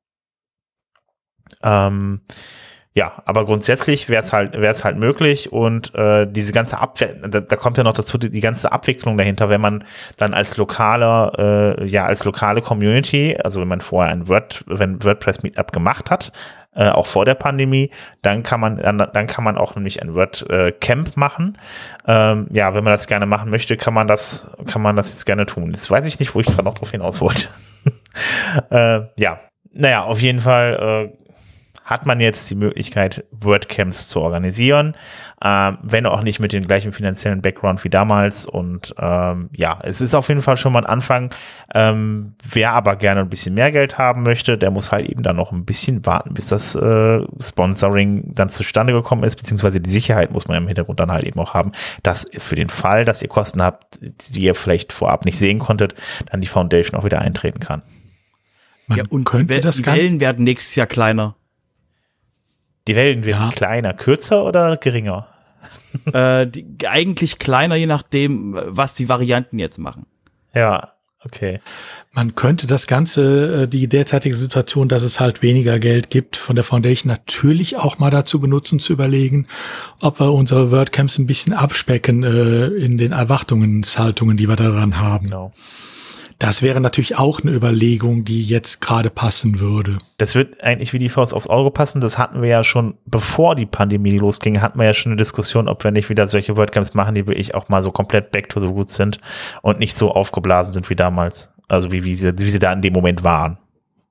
Ähm, ja, aber grundsätzlich wäre es halt, wäre es halt möglich und äh, diese ganze Abwicklung, da, da kommt ja noch dazu die, die ganze Abwicklung dahinter, wenn man dann als lokaler, äh, ja, als lokale Community, also wenn man vorher ein Word, wenn WordPress Meetup gemacht hat, Äh, auch vor der Pandemie, dann kann man dann, dann kann man auch nämlich ein WordCamp äh, machen. Ähm, ja, wenn man das gerne machen möchte, kann man das kann man das jetzt gerne tun. Jetzt weiß ich nicht, wo ich gerade noch drauf hinaus wollte. äh, ja, naja, auf jeden Fall äh, hat man jetzt die Möglichkeit, WordCamps zu organisieren, ähm, wenn auch nicht mit dem gleichen finanziellen Background wie damals. Und ähm, ja, es ist auf jeden Fall schon mal ein Anfang. Ähm, wer aber gerne ein bisschen mehr Geld haben möchte, der muss halt eben dann noch ein bisschen warten, bis das äh, Sponsoring dann zustande gekommen ist, beziehungsweise die Sicherheit muss man im Hintergrund dann halt eben auch haben, dass für den Fall, dass ihr Kosten habt, die ihr vielleicht vorab nicht sehen konntet, dann die Foundation auch wieder eintreten kann. Man ja, und könnte die, das die Wellen werden nächstes Jahr kleiner. Die Wellen werden ja kleiner, kürzer oder geringer? äh, die, eigentlich kleiner, je nachdem, was die Varianten jetzt machen. Ja, okay. Man könnte das Ganze, die derzeitige Situation, dass es halt weniger Geld gibt, von der Foundation natürlich auch mal dazu benutzen, zu überlegen, ob wir unsere WordCamps ein bisschen abspecken äh, in den Erwartungshaltungen, die wir daran haben. Genau. Das wäre natürlich auch eine Überlegung, die jetzt gerade passen würde. Das wird eigentlich wie die Faust aufs Auge passen. Das hatten wir ja schon, bevor die Pandemie losging, hatten wir ja schon eine Diskussion, ob wir nicht wieder solche WordCamps machen, die wirklich auch mal so komplett back to the roots sind und nicht so aufgeblasen sind wie damals. Also wie, wie, sie, wie sie da in dem Moment waren.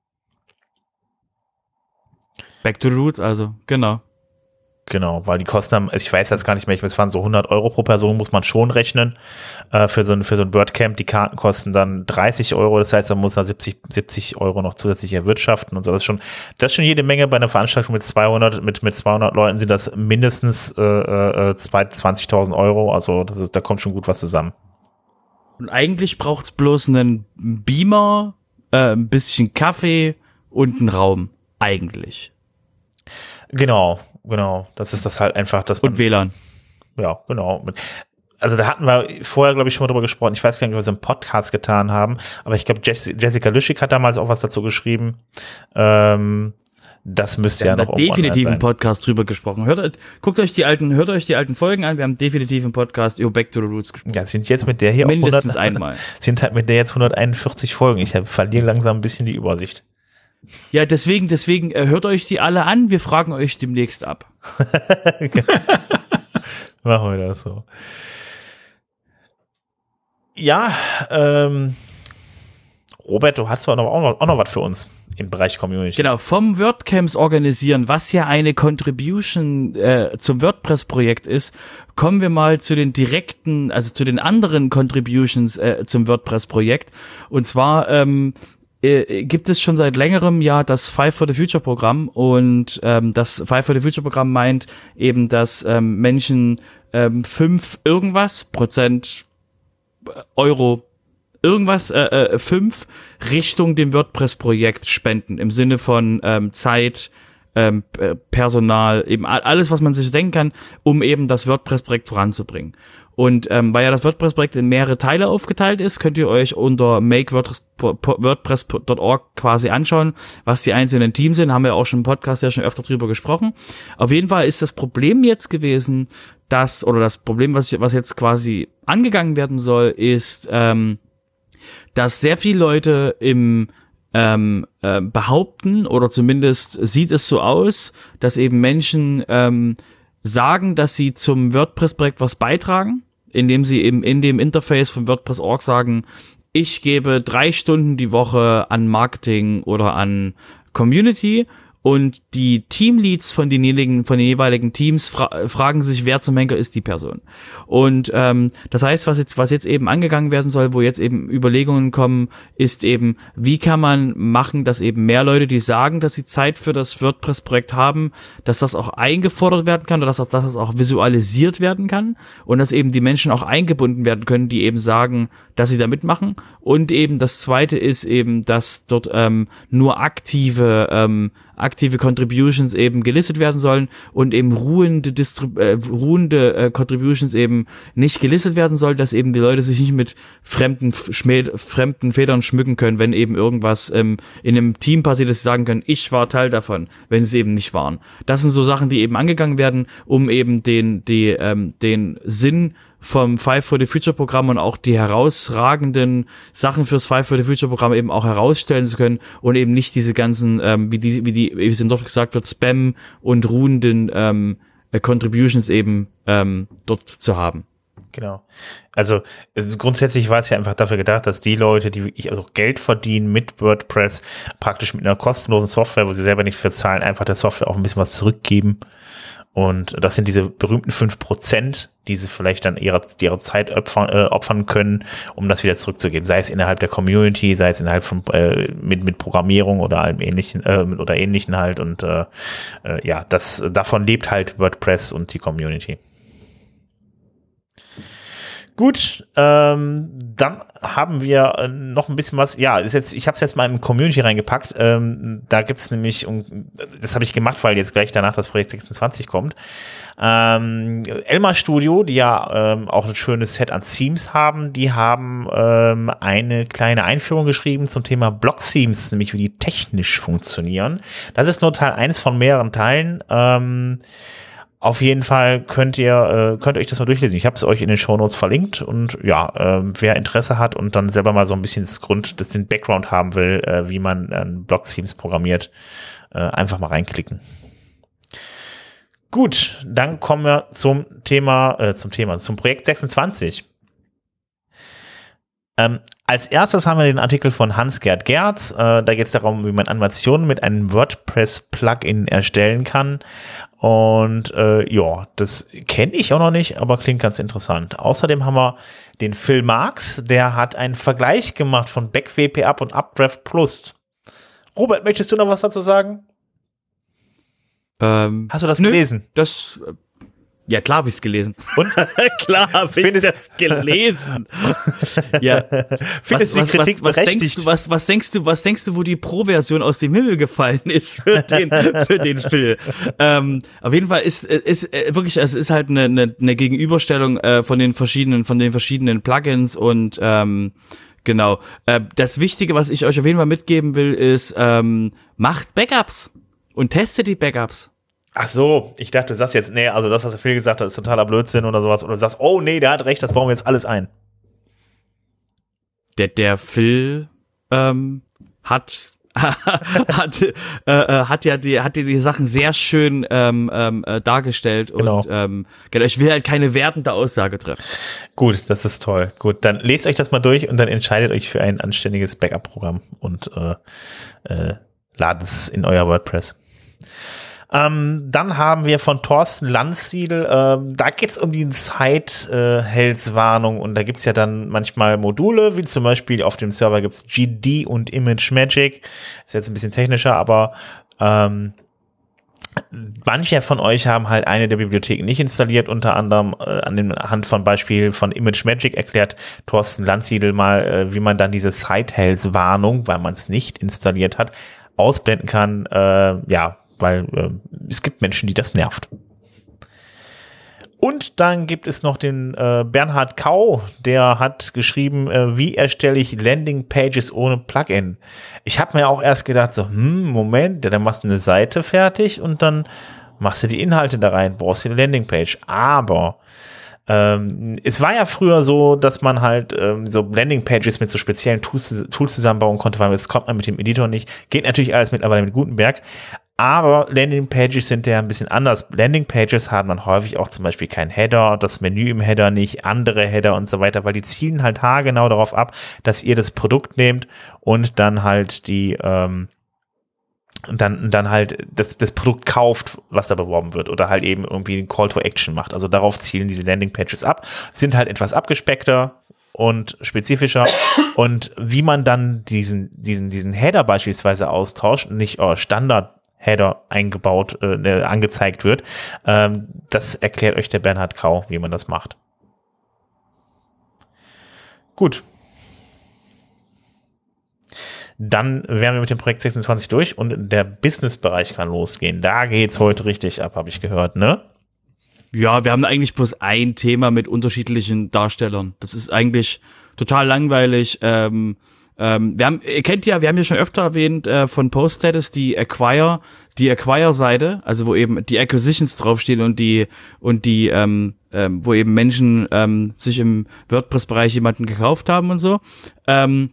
Back to the roots, also, genau. Genau, weil die Kosten haben, ich weiß jetzt gar nicht mehr, es waren so hundert Euro pro Person, muss man schon rechnen, äh, für so ein, für so ein WordCamp. Die Karten kosten dann dreißig Euro, das heißt, man muss da siebzig, siebzig Euro noch zusätzlich erwirtschaften und so. Das ist schon, das ist schon jede Menge bei einer Veranstaltung mit zweihundert, mit, mit zweihundert Leuten sind das mindestens, äh, äh, zwanzigtausend Euro, also das ist, da kommt schon gut was zusammen. Und eigentlich braucht's bloß einen Beamer, äh, ein bisschen Kaffee und einen Raum. Eigentlich. Genau, genau. Das ist das halt einfach, dass man, und W L A N. Ja, genau. Also da hatten wir vorher, glaube ich, schon mal drüber gesprochen. Ich weiß gar nicht, was wir im Podcast getan haben, aber ich glaube, Jessica Lüschig hat damals auch was dazu geschrieben. Ähm, das müsste ja noch irgendwann definitiv im Podcast drüber gesprochen. Hört, guckt euch die alten, hört euch die alten Folgen an. Wir haben definitiv im Podcast über Back to the Roots gesprochen. Ja, sind jetzt mit der hier mindestens auch hundert, einmal. Sind halt mit der jetzt hunderteinundvierzig Folgen. Ich verliere langsam ein bisschen die Übersicht. Ja, deswegen, deswegen äh, hört euch die alle an. Wir fragen euch demnächst ab. Machen wir das so. Ja, ähm, Robert, du hast auch noch, auch noch, auch noch was für uns im Bereich Community. Genau, vom WordCamps organisieren, was ja eine Contribution äh, zum WordPress-Projekt ist, kommen wir mal zu den direkten, also zu den anderen Contributions äh, zum WordPress-Projekt. Und zwar ähm, äh, gibt es schon seit längerem ja das Five for the Future Programm und ähm, das Five for the Future Programm meint eben, dass ähm, Menschen ähm, fünf irgendwas Prozent Euro irgendwas äh, äh, fünf Richtung dem WordPress-Projekt spenden, im Sinne von ähm, Zeit, ähm, Personal, eben alles, was man sich denken kann, um eben das WordPress-Projekt voranzubringen. Und ähm, weil ja das WordPress-Projekt in mehrere Teile aufgeteilt ist, könnt ihr euch unter make wordpress dot org quasi anschauen, was die einzelnen Teams sind. Haben wir auch schon im Podcast ja schon öfter drüber gesprochen. Auf jeden Fall ist das Problem jetzt gewesen, dass, oder das Problem, was, was jetzt quasi angegangen werden soll, ist, ähm, dass sehr viele Leute im ähm, äh, behaupten, oder zumindest sieht es so aus, dass eben Menschen ähm, sagen, dass sie zum WordPress-Projekt was beitragen, indem sie eben in dem Interface von WordPress Punkt org sagen, ich gebe drei Stunden die Woche an Marketing oder an Community und die Teamleads von den jeweiligen, von den jeweiligen Teams fra- fragen sich, wer zum Henker ist die Person. Und ähm, das heißt, was jetzt, was jetzt eben angegangen werden soll, wo jetzt eben Überlegungen kommen, ist eben, wie kann man machen, dass eben mehr Leute, die sagen, dass sie Zeit für das WordPress-Projekt haben, dass das auch eingefordert werden kann oder dass, dass das auch visualisiert werden kann und dass eben die Menschen auch eingebunden werden können, die eben sagen, dass sie da mitmachen. Und eben das Zweite ist eben, dass dort ähm, nur aktive ähm, aktive Contributions eben gelistet werden sollen und eben ruhende Distrib- äh, ruhende äh, Contributions eben nicht gelistet werden soll, dass eben die Leute sich nicht mit fremden Schmäh- fremden Federn schmücken können, wenn eben irgendwas ähm, in einem Team passiert ist, sie sagen können, ich war Teil davon, wenn sie es eben nicht waren. Das sind so Sachen, die eben angegangen werden, um eben den die ähm, den Sinn vom Five for the Future Programm und auch die herausragenden Sachen fürs Five for the Future Programm eben auch herausstellen zu können und eben nicht diese ganzen, ähm, wie die, wie die, wie es dort gesagt wird, Spam und ruhenden ähm, Contributions eben ähm, dort zu haben. Genau. Also grundsätzlich war es ja einfach dafür gedacht, dass die Leute, die wirklich also Geld verdienen mit WordPress, praktisch mit einer kostenlosen Software, wo sie selber nichts für zahlen, einfach der Software auch ein bisschen was zurückgeben. Und das sind diese berühmten fünf Prozent, die sie vielleicht dann ihre, ihre Zeit opfern, äh, opfern können, um das wieder zurückzugeben. Sei es innerhalb der Community, sei es innerhalb von äh, mit, mit Programmierung oder allem ähnlichen äh, oder ähnlichen halt. Und äh, äh, ja, das davon lebt halt WordPress und die Community. Gut, ähm, dann haben wir äh, noch ein bisschen was, ja, ist jetzt, ich habe es jetzt mal in Community reingepackt, ähm, da gibt's nämlich, um, das habe ich gemacht, weil jetzt gleich danach das Projekt sechsundzwanzig kommt, ähm, Elmar Studio, die ja ähm, auch ein schönes Set an Themes haben, die haben ähm, eine kleine Einführung geschrieben zum Thema Block-Themes, nämlich wie die technisch funktionieren. Das ist nur Teil eins von mehreren Teilen, ähm, auf jeden Fall könnt ihr äh, könnt ihr euch das mal durchlesen. Ich habe es euch in den Shownotes verlinkt und ja, äh, wer Interesse hat und dann selber mal so ein bisschen das Grund, das den Background haben will, äh, wie man äh, Block-Themes programmiert, äh, einfach mal reinklicken. Gut, dann kommen wir zum Thema, äh, zum Thema, zum Projekt sechsundzwanzig. Ähm, als erstes haben wir den Artikel von Hans-Gerd Gerz. Äh, da geht es darum, wie man Animationen mit einem WordPress-Plugin erstellen kann. Und äh, ja, das kenne ich auch noch nicht, aber klingt ganz interessant. Außerdem haben wir den Phil Marks, der hat einen Vergleich gemacht von BackWP-Up und Updraft Plus. Robert, möchtest du noch was dazu sagen? Ähm, Hast du das nö, gelesen? Das, ja, klar habe ich es gelesen. Und? Klar habe ich das gelesen. Ja. Findest du die Kritik was, was, was berechtigt? Denkst du, was, was denkst du, was denkst du, wo die Pro-Version aus dem Himmel gefallen ist für den, für den Phil? Ähm, auf jeden Fall ist, ist, ist wirklich, es ist halt eine, eine, eine Gegenüberstellung äh, von den verschiedenen, von den verschiedenen Plugins und ähm, genau. Äh, das Wichtige, was ich euch auf jeden Fall mitgeben will, ist, ähm, macht Backups und testet die Backups. Ach so, ich dachte, du sagst jetzt, nee, also das, was der Phil gesagt hat, ist totaler Blödsinn oder sowas. Oder du sagst, oh nee, der hat recht, das bauen wir jetzt alles ein. Der, der Phil ähm, hat hat äh, hat ja die hat ja die Sachen sehr schön ähm, ähm, äh, dargestellt genau. Und ähm, genau, ich will halt keine wertende Aussage treffen. Gut, das ist toll. Gut, dann lest euch das mal durch und dann entscheidet euch für ein anständiges Backup-Programm und äh, äh, ladet es in euer WordPress. Ähm, dann haben wir von Thorsten Landsiedel, ähm, da geht es um die Site-Health-Warnung und da gibt es ja dann manchmal Module, wie zum Beispiel auf dem Server gibt es G D und ImageMagick, ist jetzt ein bisschen technischer, aber ähm, manche von euch haben halt eine der Bibliotheken nicht installiert, unter anderem äh, an den Hand von Beispiel von ImageMagick erklärt Thorsten Landsiedel mal, äh, wie man dann diese Site-Health-Warnung, weil man es nicht installiert hat, ausblenden kann, äh, ja, weil äh, es gibt Menschen, die das nervt. Und dann gibt es noch den äh, Bernhard Kau, der hat geschrieben, äh, wie erstelle ich Landingpages ohne Plugin. Ich habe mir auch erst gedacht, so, hm, Moment, dann machst du eine Seite fertig und dann machst du die Inhalte da rein, brauchst du eine Landingpage. Aber ähm, es war ja früher so, dass man halt ähm, so Landingpages mit so speziellen Tools, Tools zusammenbauen konnte, weil das kommt man mit dem Editor nicht. Geht natürlich alles mittlerweile mit Gutenberg. Aber Landingpages sind ja ein bisschen anders. Landingpages haben dann häufig auch zum Beispiel keinen Header, das Menü im Header nicht, andere Header und so weiter, weil die zielen halt haargenau darauf ab, dass ihr das Produkt nehmt und dann halt die, ähm, dann, dann halt das, das Produkt kauft, was da beworben wird oder halt eben irgendwie einen Call to Action macht. Also darauf zielen diese Landingpages ab, sind halt etwas abgespeckter und spezifischer und wie man dann diesen, diesen, diesen Header beispielsweise austauscht, nicht oh, Standard-Header eingebaut, äh, angezeigt wird, ähm, das erklärt euch der Bernhard Kau, wie man das macht. Gut. Dann wären wir mit dem Projekt sechsundzwanzig durch und der Business-Bereich kann losgehen. Da geht's heute richtig ab, habe ich gehört, ne? Ja, wir haben eigentlich bloß ein Thema mit unterschiedlichen Darstellern. Das ist eigentlich total langweilig. Ähm, ähm, wir haben, ihr kennt ja, wir haben ja schon öfter erwähnt äh, von Post-Status die Acquire, die Acquire-Seite, also wo eben die Acquisitions draufstehen und die und die, ähm, ähm, wo eben Menschen ähm, sich im WordPress-Bereich jemanden gekauft haben und so. Ähm,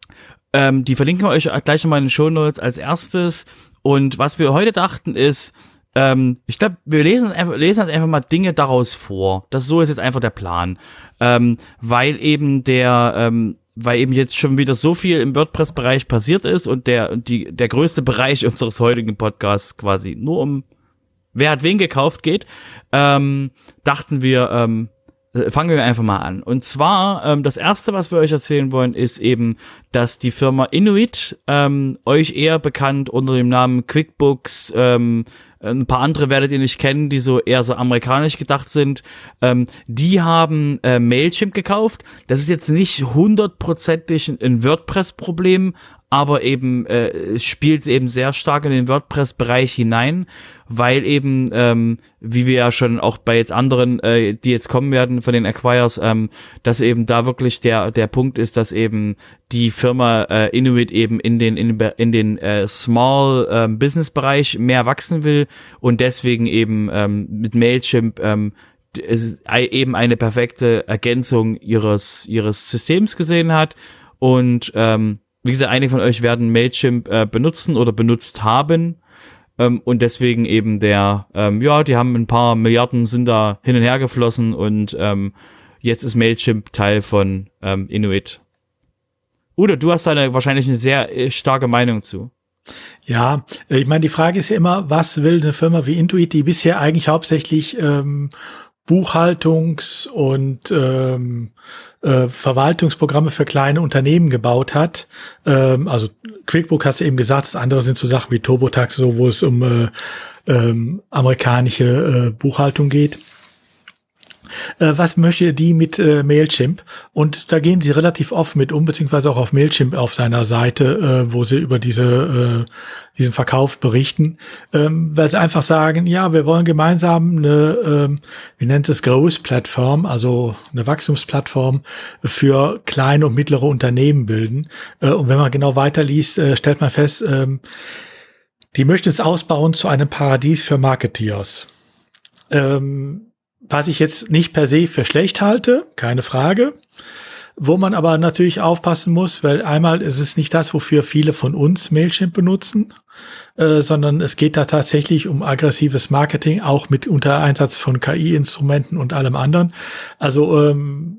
Ähm, die verlinken wir euch gleich nochmal in den Shownotes als erstes. Und was wir heute dachten ist, ähm, ich glaube, wir lesen, einfach, lesen uns einfach mal Dinge daraus vor. Das so ist jetzt einfach der Plan. Ähm, weil eben der, ähm, weil eben jetzt schon wieder so viel im WordPress-Bereich passiert ist und der, die, der größte Bereich unseres heutigen Podcasts quasi nur um wer hat wen gekauft geht, ähm, dachten wir, ähm, fangen wir einfach mal an. Und zwar, ähm, das erste, was wir euch erzählen wollen, ist eben, dass die Firma Inuit, ähm, euch eher bekannt unter dem Namen QuickBooks, ähm, ein paar andere werdet ihr nicht kennen, die so eher so amerikanisch gedacht sind, ähm, die haben äh, Mailchimp gekauft. Das ist jetzt nicht hundertprozentig ein WordPress-Problem, aber eben äh, es spielt eben sehr stark in den WordPress-Bereich hinein, weil eben, ähm, wie wir ja schon auch bei jetzt anderen, äh, die jetzt kommen werden von den Acquires, ähm, dass eben da wirklich der der Punkt ist, dass eben die Firma äh, Inuit eben in den in, in den äh, Small ähm, Business Bereich mehr wachsen will und deswegen eben ähm, mit Mailchimp ähm, es ist eben eine perfekte Ergänzung ihres ihres Systems gesehen hat und ähm, wie gesagt, einige von euch werden Mailchimp äh, benutzen oder benutzt haben ähm, und deswegen eben der, ähm, ja, die haben ein paar Milliarden sind da hin und her geflossen und ähm, jetzt ist Mailchimp Teil von ähm, Inuit. Udo, du hast da eine, wahrscheinlich eine sehr äh, starke Meinung zu. Ja, ich meine, die Frage ist ja immer, was will eine Firma wie Inuit, die bisher eigentlich hauptsächlich ähm, Buchhaltungs- und ähm, äh, Verwaltungsprogramme für kleine Unternehmen gebaut hat. Ähm, also QuickBook hast du eben gesagt, das andere sind so Sachen wie TurboTax, so wo es um äh, ähm, amerikanische äh, Buchhaltung geht. Äh, was möchte die mit äh, Mailchimp? Und da gehen sie relativ offen mit um, beziehungsweise auch auf Mailchimp auf seiner Seite, äh, wo sie über diese äh, diesen Verkauf berichten, ähm, weil sie einfach sagen, ja, wir wollen gemeinsam eine, ähm, wie nennt es, Growth-Plattform, also eine Wachstumsplattform für kleine und mittlere Unternehmen bilden. Äh, und wenn man genau weiterliest, äh, stellt man fest, ähm, die möchten es ausbauen zu einem Paradies für Marketeers. Ähm, was ich jetzt nicht per se für schlecht halte, keine Frage. Wo man aber natürlich aufpassen muss, weil einmal ist es nicht das, wofür viele von uns Mailchimp benutzen, äh, sondern es geht da tatsächlich um aggressives Marketing, auch mit unter Einsatz von K I-Instrumenten und allem anderen. Also ähm,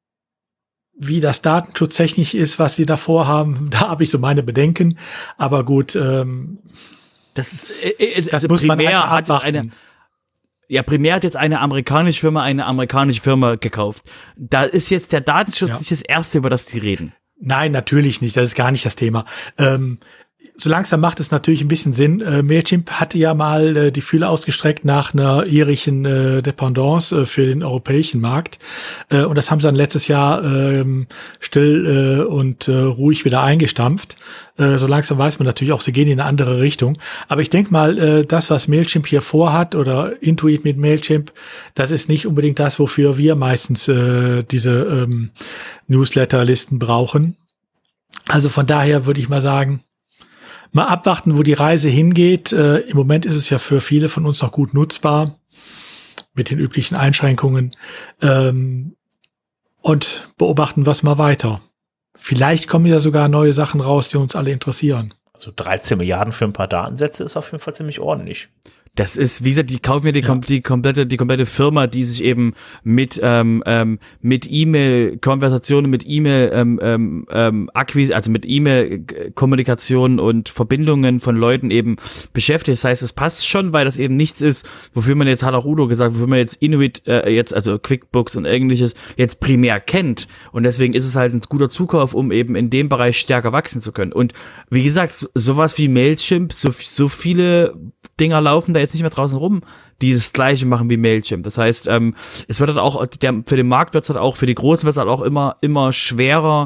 wie das datenschutztechnisch ist, was sie da vorhaben, da habe ich so meine Bedenken. Aber gut, ähm, das ist äh, äh, das also muss man primär halt hat eine Ja, primär hat jetzt eine amerikanische Firma eine amerikanische Firma gekauft. Da ist jetzt der Datenschutz Ja. nicht das Erste, über das die reden. Nein, natürlich nicht. Das ist gar nicht das Thema. Ähm, so langsam macht es natürlich ein bisschen Sinn. Äh, Mailchimp hatte ja mal äh, die Fühler ausgestreckt nach einer irischen äh, Dependance äh, für den europäischen Markt. Äh, und das haben sie dann letztes Jahr ähm, still äh, und äh, ruhig wieder eingestampft. Äh, so langsam weiß man natürlich auch, sie gehen in eine andere Richtung. Aber ich denke mal, äh, das, was Mailchimp hier vorhat oder Intuit mit Mailchimp, das ist nicht unbedingt das, wofür wir meistens äh, diese ähm, Newsletter-Listen brauchen. Also von daher würde ich mal sagen, mal abwarten, wo die Reise hingeht. Äh, Im Moment ist es ja für viele von uns noch gut nutzbar, mit den üblichen Einschränkungen. Ähm, und beobachten wir es mal weiter. Vielleicht kommen ja sogar neue Sachen raus, die uns alle interessieren. Also dreizehn Milliarden für ein paar Datensätze ist auf jeden Fall ziemlich ordentlich. Das ist, wie gesagt, die kaufen ja die, ja. die komplette, die komplette Firma, die sich eben mit ähm, ähm, mit E-Mail-Konversationen, mit E-Mail ähm, ähm, ähm, Akquise, also mit E-Mail-Kommunikation und Verbindungen von Leuten eben beschäftigt. Das heißt, es passt schon, weil das eben nichts ist, wofür man jetzt, hat auch Udo gesagt, wofür man jetzt Inuit äh, jetzt, also QuickBooks und ähnliches jetzt primär kennt. Und deswegen ist es halt ein guter Zukauf, um eben in dem Bereich stärker wachsen zu können. Und wie gesagt, so, sowas wie Mailchimp, so, so viele Dinger laufen da jetzt nicht mehr draußen rum, die das Gleiche machen wie Mailchimp. Das heißt, ähm, es wird halt auch, der, für den Markt wird es halt auch, für die Großen wird es halt auch immer, immer schwerer,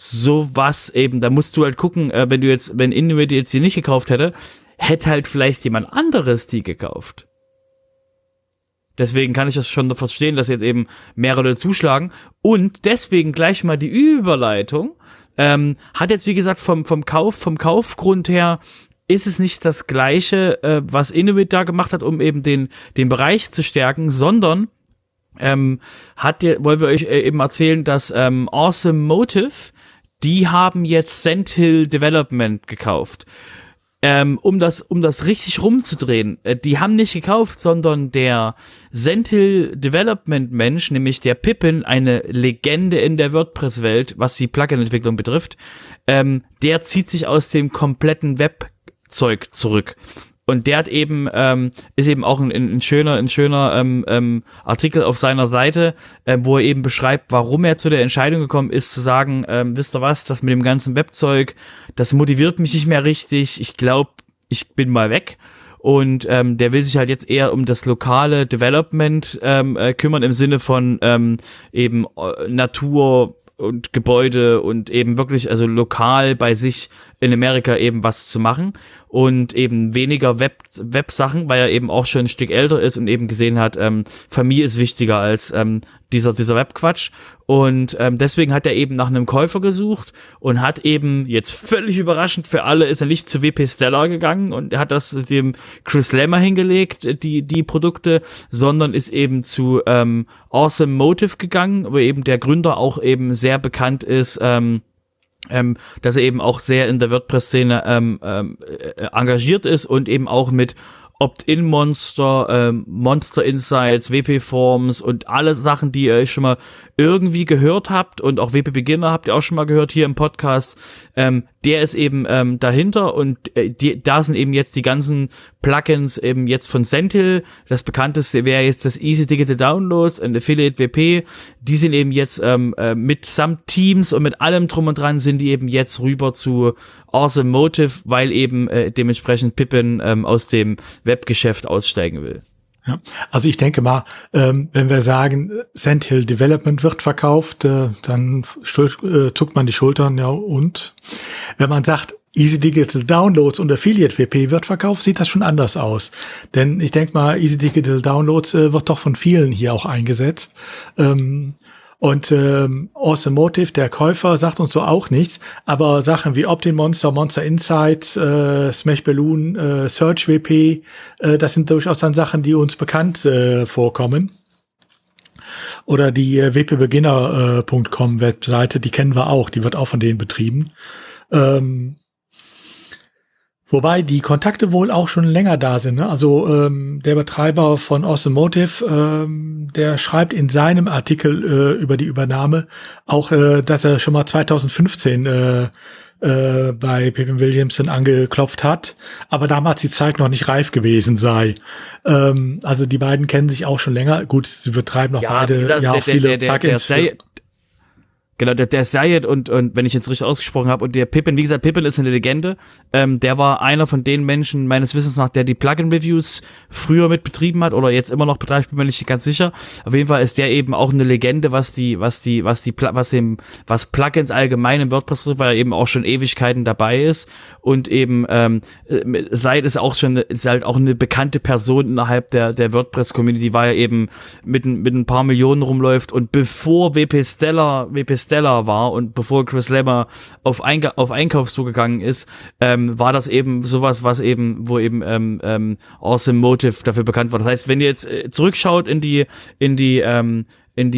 sowas eben, da musst du halt gucken, äh, wenn du jetzt, wenn Inuit jetzt die nicht gekauft hätte, hätte halt vielleicht jemand anderes die gekauft. Deswegen kann ich das schon verstehen, dass jetzt eben mehrere zuschlagen. Und deswegen gleich mal die Überleitung, ähm, hat jetzt, wie gesagt, vom, vom Kauf, vom Kaufgrund her, ist es nicht das Gleiche, äh, was Inuit da gemacht hat, um eben den, den Bereich zu stärken, sondern ähm, hat der, wollen wir euch äh, eben erzählen, dass ähm, Awesome Motive, die haben jetzt Sandhill Development gekauft. Ähm, um das, um das richtig rumzudrehen, äh, die haben nicht gekauft, sondern der Sandhill Development Mensch, nämlich der Pippin, eine Legende in der WordPress-Welt, was die Plugin-Entwicklung betrifft, ähm, der zieht sich aus dem kompletten Webzeug zurück. Und der hat eben, ähm, ist eben auch ein, ein schöner, ein schöner ähm, ähm, Artikel auf seiner Seite, äh, wo er eben beschreibt, warum er zu der Entscheidung gekommen ist, zu sagen, ähm, wisst ihr was, das mit dem ganzen Webzeug, das motiviert mich nicht mehr richtig, ich glaube, ich bin mal weg. Und ähm, der will sich halt jetzt eher um das lokale Development ähm, äh, kümmern, im Sinne von ähm, eben äh, Natur und Gebäude und eben wirklich, also lokal bei sich in Amerika eben was zu machen und eben weniger Web, Web-Sachen, weil er eben auch schon ein Stück älter ist und eben gesehen hat, ähm, Familie ist wichtiger als ähm, dieser, dieser Web-Quatsch. Und ähm, deswegen hat er eben nach einem Käufer gesucht und hat eben jetzt völlig überraschend für alle, ist er nicht zu W P Stellar gegangen und hat das dem Chris Lemmer hingelegt, die die Produkte, sondern ist eben zu ähm, Awesome Motive gegangen, wo eben der Gründer auch eben sehr bekannt ist, ähm, ähm, dass er eben auch sehr in der WordPress-Szene ähm, ähm, engagiert ist und eben auch mit Opt-in-Monster, ähm, Monster Insights, W P-Forms und alle Sachen, die ihr schon mal irgendwie gehört habt und auch W P-Beginner habt ihr auch schon mal gehört hier im Podcast, ähm, der ist eben ähm, dahinter und äh, die, da sind eben jetzt die ganzen Plugins eben jetzt von Sandhill. Das bekannteste wäre jetzt das Easy Digital Downloads und Affiliate W P. Die sind eben jetzt ähm, äh, mit samt Teams und mit allem drum und dran sind die eben jetzt rüber zu Awesome Motive, weil eben äh, dementsprechend Pippin ähm, aus dem Webgeschäft aussteigen will. Ja, also ich denke mal, ähm, wenn wir sagen, Sandhill Development wird verkauft, äh, dann äh, zuckt man die Schultern, ja, und wenn man sagt, Easy Digital Downloads und Affiliate W P wird verkauft, sieht das schon anders aus. Denn ich denke mal, Easy Digital Downloads äh, wird doch von vielen hier auch eingesetzt. Ähm, Und ähm, Awesome Motive, der Käufer, sagt uns so auch nichts, aber Sachen wie Opt-in Monster, Monster Insights, äh, Smash Balloon, äh, Search W P, äh, das sind durchaus dann Sachen, die uns bekannt äh, vorkommen. Oder die äh, w p beginner punkt com Webseite, die kennen wir auch, die wird auch von denen betrieben. Ähm, Wobei die Kontakte wohl auch schon länger da sind. Ne? Also ähm, der Betreiber von Awesome Motive, ähm, der schreibt in seinem Artikel äh, über die Übernahme auch, äh, dass er schon mal zweitausendfünfzehn äh, äh, bei Pippin Williamson angeklopft hat, aber damals die Zeit noch nicht reif gewesen sei. Ähm, also die beiden kennen sich auch schon länger. Gut, sie betreiben noch ja, beide gesagt, ja auch der, viele der, der, Plugins. Der, der Genau, der, der Sayed und, und wenn ich jetzt richtig ausgesprochen habe, und der Pippin, wie gesagt, Pippin ist eine Legende, ähm, der war einer von den Menschen, meines Wissens nach, der die Plugin-Reviews früher mit betrieben hat, oder jetzt immer noch betreibt, bin mir nicht ganz sicher. Auf jeden Fall ist der eben auch eine Legende, was die, was die, was die, was dem, was Plugins allgemein im WordPress trifft, weil er eben auch schon Ewigkeiten dabei ist und eben, ähm, Sayed ist auch schon, ist halt auch eine bekannte Person innerhalb der, der WordPress-Community, weil er eben mit, mit ein paar Millionen rumläuft und bevor W P Stellar, W P Stellar war und bevor Chris Lemmer auf, Einka- auf Einkaufstour gegangen ist, ähm, war das eben sowas, was eben, wo eben ähm, ähm, Awesome Motive dafür bekannt war. Das heißt, wenn ihr jetzt äh, zurückschaut in die, in die, ähm, in die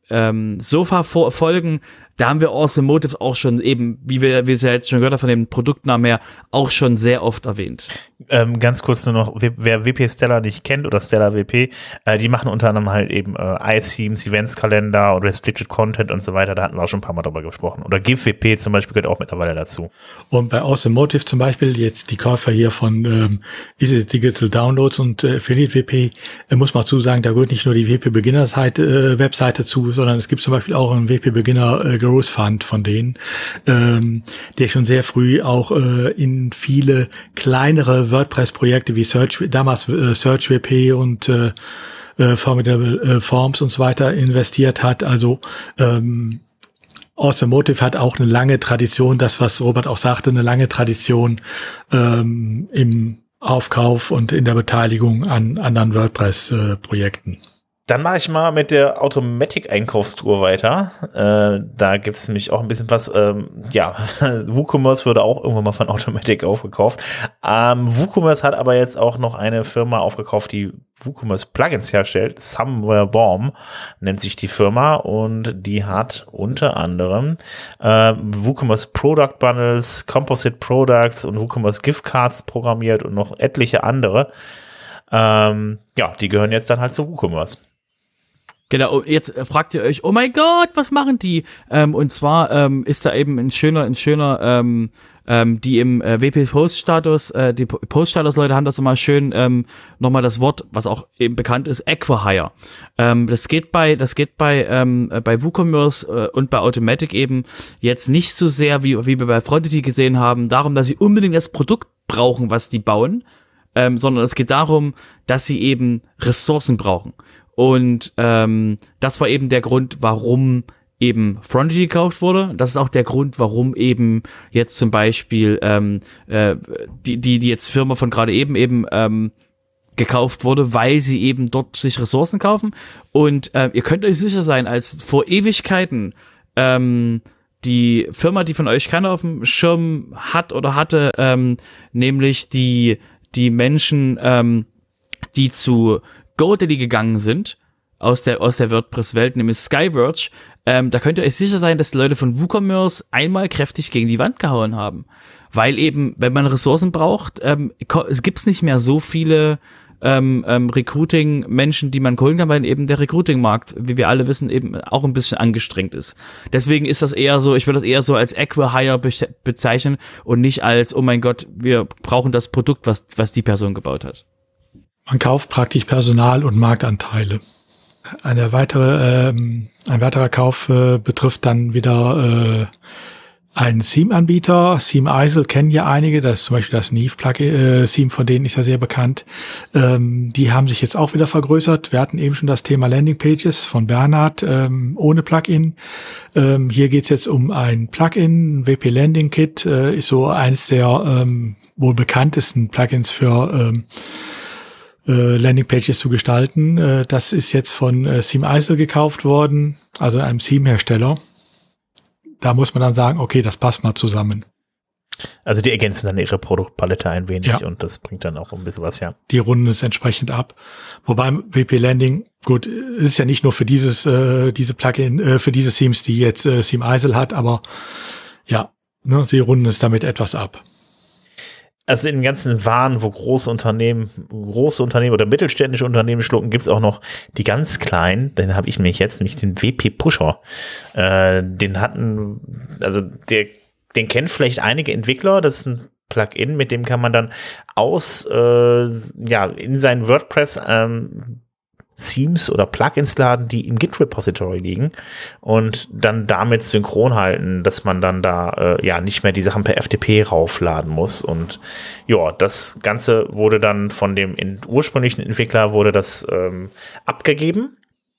ähm, Sofa-Folgen, da haben wir Awesome Motive auch schon eben, wie wir, wie es ja jetzt schon gehört haben, von dem Produktnamen her, auch schon sehr oft erwähnt. Ähm, ganz kurz nur noch, wer W P Stellar nicht kennt oder Stellar W P, äh, die machen unter anderem halt eben äh, iThemes, Eventskalender oder Restricted Content und so weiter, da hatten wir auch schon ein paar Mal drüber gesprochen. Oder GIF-W P zum Beispiel gehört auch mittlerweile dazu. Und bei Awesome Motive zum Beispiel, jetzt die Käufer hier von ähm, Easy Digital Downloads und äh, Affiliate W P, äh, muss man zu sagen, da gehört nicht nur die W P-Beginner-Seite, äh, Webseite zu, sondern es gibt zum Beispiel auch einen W P-Beginner äh, Growth Fund von denen, ähm, der schon sehr früh auch äh, in viele kleinere WordPress-Projekte wie Search, damals äh, Search W P und äh, äh, Formidable äh, Forms und so weiter investiert hat. Also ähm, Awesome Motive hat auch eine lange Tradition, das was Robert auch sagte, eine lange Tradition ähm, im Aufkauf und in der Beteiligung an anderen WordPress-Projekten. Dann mache ich mal mit der Automatic-Einkaufstour weiter. Äh, da gibt es nämlich auch ein bisschen was. Ähm, ja, WooCommerce wurde auch irgendwann mal von Automatic aufgekauft. Ähm, WooCommerce hat aber jetzt auch noch eine Firma aufgekauft, die WooCommerce-Plugins herstellt. Somewhere Bomb nennt sich die Firma und die hat unter anderem äh, WooCommerce Product Bundles, Composite Products und WooCommerce Gift Cards programmiert und noch etliche andere. Ähm, ja, die gehören jetzt dann halt zu WooCommerce. Genau, jetzt fragt ihr euch, oh mein Gott, was machen die? Ähm, und zwar ähm, ist da eben ein schöner, ein schöner, ähm, ähm, die im äh, W P-Post-Status, äh, die Post-Status-Leute haben das immer schön, ähm, nochmal das Wort, was auch eben bekannt ist, Acquihire. Ähm, das geht bei, das geht bei, ähm, bei WooCommerce äh, und bei Automatic eben jetzt nicht so sehr, wie, wie wir bei Frontity gesehen haben, darum, dass sie unbedingt das Produkt brauchen, was die bauen, ähm, sondern es geht darum, dass sie eben Ressourcen brauchen. Und ähm, das war eben der Grund, warum eben Frontity gekauft wurde. Das ist auch der Grund, warum eben jetzt zum Beispiel ähm, äh, die, die, die jetzt Firma von gerade eben eben ähm, gekauft wurde, weil sie eben dort sich Ressourcen kaufen. Und äh, ihr könnt euch sicher sein, als vor Ewigkeiten ähm, die Firma, die von euch keiner auf dem Schirm hat oder hatte, ähm, nämlich die, die Menschen, ähm, die zu GoDaddy gegangen sind, aus der aus der WordPress-Welt, nämlich Skyverge, ähm, da könnt ihr euch sicher sein, dass die Leute von WooCommerce einmal kräftig gegen die Wand gehauen haben. Weil eben, wenn man Ressourcen braucht, ähm, es gibt's nicht mehr so viele ähm, ähm, Recruiting-Menschen, die man holen kann, weil eben der Recruiting-Markt, wie wir alle wissen, eben auch ein bisschen angestrengt ist. Deswegen ist das eher so, ich würde das eher so als Acquihire be- bezeichnen und nicht als, oh mein Gott, wir brauchen das Produkt, was was die Person gebaut hat. Man kauft praktisch Personal und Marktanteile. Eine weitere, ähm, ein weiterer Kauf äh, betrifft dann wieder äh, einen Theme-Anbieter. Theme Isle kennen ja einige, das ist zum Beispiel das Neve-Plugin, äh, Theme von denen ist ja sehr bekannt. Ähm, die haben sich jetzt auch wieder vergrößert. Wir hatten eben schon das Thema Landingpages von Bernhard ähm, ohne Plugin. Ähm, hier geht es jetzt um ein Plugin, W P Landing Kit, äh, ist so eines der ähm, wohl bekanntesten Plugins für ähm, Landingpages zu gestalten. Das ist jetzt von Theme Isle gekauft worden, also einem Theme-Hersteller. Da muss man dann sagen, okay, das passt mal zusammen. Also die ergänzen dann ihre Produktpalette ein wenig ja. Und das bringt dann auch ein bisschen was, ja. Die runden es entsprechend ab. Wobei W P Landing, gut, es ist ja nicht nur für dieses, äh, diese Plugin, äh, für diese Themes, die jetzt äh, Theme Isle hat, aber ja, ne, sie runden es damit etwas ab. Also in den ganzen Waren, wo große Unternehmen, große Unternehmen oder mittelständische Unternehmen schlucken, gibt's auch noch die ganz kleinen. Den habe ich nämlich jetzt, nämlich den W P Pusher. Äh, den hatten, also der, den kennen vielleicht einige Entwickler. Das ist ein Plugin, mit dem kann man dann aus, äh, ja, in seinen WordPress ähm, Themes oder Plugins laden, die im Git-Repository liegen und dann damit synchron halten, dass man dann da äh, ja nicht mehr die Sachen per F T P raufladen muss. Und ja, das Ganze wurde dann von dem in, ursprünglichen Entwickler wurde das ähm, abgegeben,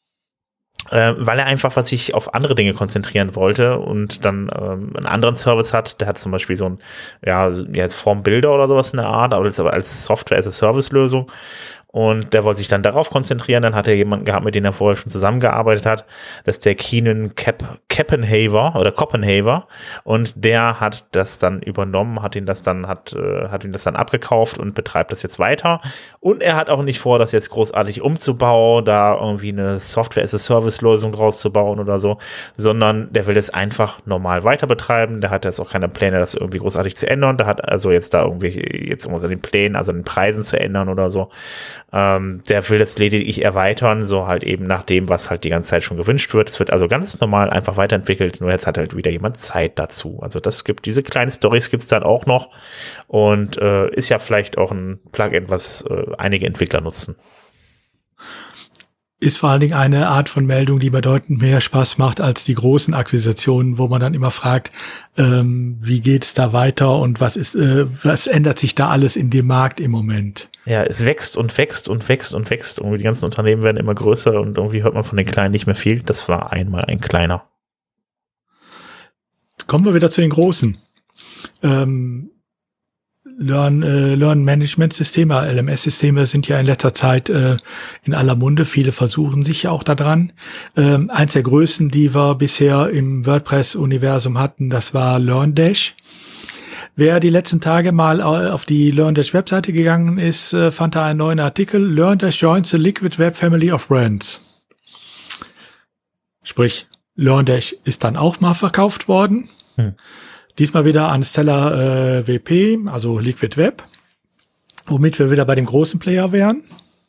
äh, weil er einfach was sich auf andere Dinge konzentrieren wollte und dann ähm, einen anderen Service hat. Der hat zum Beispiel so ein ja, ja Formbilder oder sowas in der Art, aber das ist aber als Software-as-a-Service-Lösung. und der wollte sich dann darauf konzentrieren. Dann hat er jemanden gehabt, mit dem er vorher schon zusammengearbeitet hat. Das ist der Keenan Cap- Cappenhaver oder Koppenhaver, und der hat das dann übernommen, hat ihn das dann hat äh, hat ihn das dann abgekauft und betreibt das jetzt weiter. Und er hat auch nicht vor, das jetzt großartig umzubauen, da irgendwie eine Software-as-a-Service-Lösung draus zu bauen oder so, sondern der will es einfach normal weiter betreiben. Der hat jetzt auch keine Pläne, das irgendwie großartig zu ändern. Der hat also jetzt da irgendwie jetzt irgendwas an den Plänen, also an den Preisen zu ändern oder so. Ähm, der will das lediglich erweitern, so halt eben nach dem, was halt die ganze Zeit schon gewünscht wird. Es wird also ganz normal einfach weiterentwickelt, nur jetzt hat halt wieder jemand Zeit dazu. Also das gibt, diese kleinen Storys gibt's dann auch noch, und äh, ist ja vielleicht auch ein Plugin, was äh, einige Entwickler nutzen. Ist vor allen Dingen eine Art von Meldung, die bedeutend mehr Spaß macht als die großen Akquisitionen, wo man dann immer fragt, ähm, wie geht's da weiter und was ist, äh, was ändert sich da alles in dem Markt im Moment? Ja, es wächst und wächst und wächst und wächst. Irgendwie die ganzen Unternehmen werden immer größer und irgendwie hört man von den Kleinen nicht mehr viel. Das war einmal ein kleiner. Kommen wir wieder zu den Großen. Ähm, Learn, äh, Learn-Management-Systeme, L M S-Systeme sind ja in letzter Zeit äh, in aller Munde. Viele versuchen sich ja auch daran. Ähm, eins der größten, die wir bisher im WordPress-Universum hatten, das war LearnDash. Wer die letzten Tage mal auf die LearnDash-Webseite gegangen ist, äh, fand da einen neuen Artikel. LearnDash joins the Liquid Web Family of Brands. Sprich, LearnDash ist dann auch mal verkauft worden. Hm. Diesmal wieder an Stellar äh, W P, also Liquid Web, womit wir wieder bei dem großen Player wären.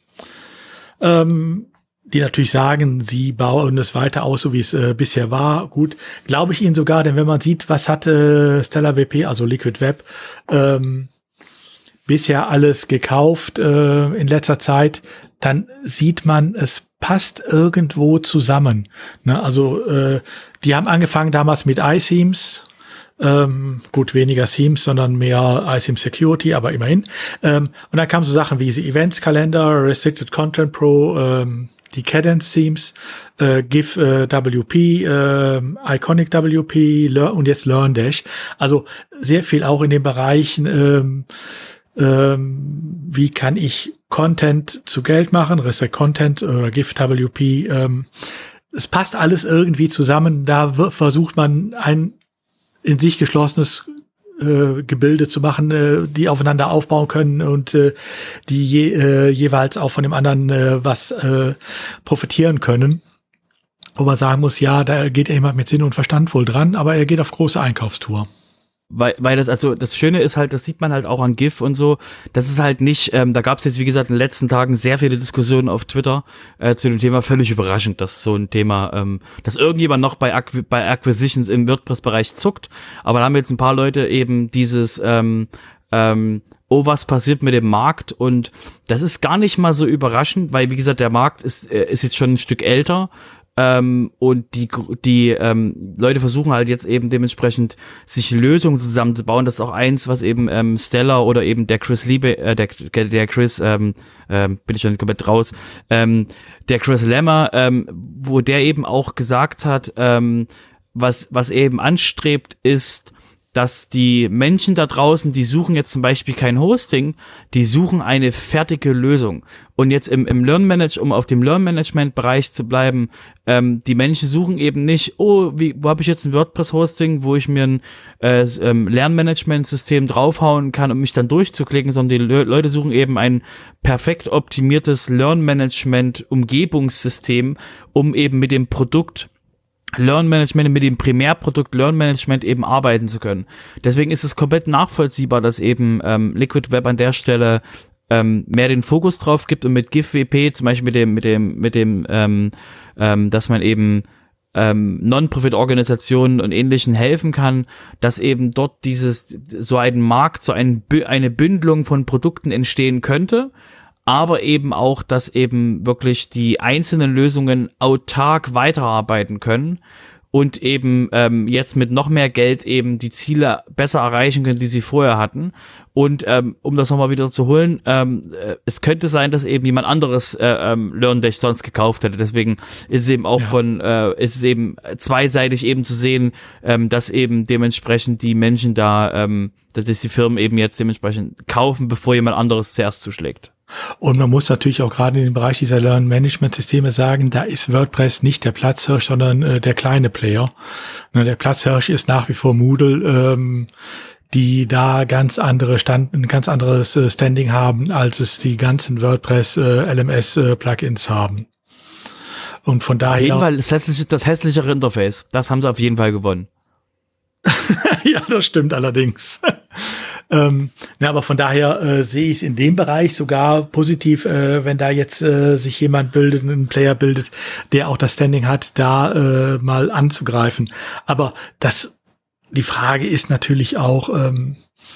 Ähm, die natürlich sagen, sie bauen es weiter aus, so wie es äh, bisher war. Gut, glaube ich Ihnen sogar, denn wenn man sieht, was hat äh, Stellar W P, also Liquid Web, ähm, bisher alles gekauft äh, in letzter Zeit, dann sieht man, es passt irgendwo zusammen. Ne? Also äh, die haben angefangen damals mit iThemes. Ähm, gut, weniger Themes, sondern mehr iThemes Security, aber immerhin. Ähm, und dann kamen so Sachen wie die Events Calendar, Restricted Content Pro, ähm, die Cadence Themes, äh, GIF äh, W P, äh, Iconic W P Lear- und jetzt LearnDash. Also sehr viel auch in den Bereichen, ähm, ähm, wie kann ich Content zu Geld machen, Restrict Content oder GIF W P. Ähm, es passt alles irgendwie zusammen. Da w- versucht man ein in sich geschlossenes äh, Gebilde zu machen, äh, die aufeinander aufbauen können und äh, die je, äh, jeweils auch von dem anderen äh, was äh, profitieren können. Wo man sagen muss, ja, da geht jemand mit Sinn und Verstand wohl dran, aber er geht auf große Einkaufstour. Weil, weil das, also das Schöne ist halt, das sieht man halt auch an GIF und so, das ist halt nicht, ähm, da gab es jetzt, wie gesagt, in den letzten Tagen sehr viele Diskussionen auf Twitter äh, zu dem Thema, völlig überraschend, dass so ein Thema, ähm, dass irgendjemand noch bei, Acqu- bei Acquisitions im WordPress-Bereich zuckt, aber da haben jetzt ein paar Leute eben dieses, ähm, ähm, oh, was passiert mit dem Markt, und das ist gar nicht mal so überraschend, weil, wie gesagt, der Markt ist, äh, ist jetzt schon ein Stück älter. Ähm, und die die ähm, Leute versuchen halt jetzt eben dementsprechend sich Lösungen zusammenzubauen. Das ist auch eins, was eben ähm, Stellar oder eben der Chris Liebe, äh, der der Chris, ähm, ähm, bin ich schon komplett raus, ähm, der Chris Lemmer, ähm, wo der eben auch gesagt hat, ähm, was was er eben anstrebt, ist, dass die Menschen da draußen, die suchen jetzt zum Beispiel kein Hosting, die suchen eine fertige Lösung. Und jetzt im, im Learn-Manage, um auf dem Learn-Management-Bereich zu bleiben, ähm, die Menschen suchen eben nicht, oh, wie, wo habe ich jetzt ein WordPress-Hosting, wo ich mir ein äh, ähm, Lernmanagement-System draufhauen kann, um mich dann durchzuklicken, sondern die Le- Leute suchen eben ein perfekt optimiertes Learn-Management-Umgebungssystem, um eben mit dem Produkt Learn Management, mit dem Primärprodukt Learn Management eben arbeiten zu können. Deswegen ist es komplett nachvollziehbar, dass eben ähm, Liquid Web an der Stelle ähm, mehr den Fokus drauf gibt und mit GIF W P zum Beispiel mit dem, mit dem, mit dem, ähm, ähm, dass man eben ähm, Non-Profit-Organisationen und Ähnlichen helfen kann, dass eben dort dieses, so ein Markt, so ein, eine Bündelung von Produkten entstehen könnte, aber eben auch, dass eben wirklich die einzelnen Lösungen autark weiterarbeiten können und eben ähm, jetzt mit noch mehr Geld eben die Ziele besser erreichen können, die sie vorher hatten. Und ähm, um das nochmal wieder zu holen, ähm, äh, es könnte sein, dass eben jemand anderes äh, ähm, LearnDash sonst gekauft hätte. Deswegen ist es eben auch ja. von, äh, ist es eben zweiseitig eben zu sehen, ähm, dass eben dementsprechend die Menschen da, ähm, dass sich die Firmen eben jetzt dementsprechend kaufen, bevor jemand anderes zuerst zuschlägt. Und man muss natürlich auch gerade in dem Bereich dieser Learn-Management-Systeme sagen, da ist WordPress nicht der Platzhirsch, sondern äh, der kleine Player. Ne, der Platzhirsch ist nach wie vor Moodle, ähm, die da ganz andere Stand, ein ganz anderes äh, Standing haben, als es die ganzen WordPress äh, L M S äh, Plugins haben. Und von daher. Auf jeden Fall das hässliche, das hässlichere Interface. Das haben sie auf jeden Fall gewonnen. Ja, das stimmt allerdings. ähm, na, aber von daher äh, sehe ich es in dem Bereich sogar positiv, äh, wenn da jetzt äh, sich jemand bildet, ein Player bildet, der auch das Standing hat, da äh, mal anzugreifen. Aber das, die Frage ist natürlich auch, ähm,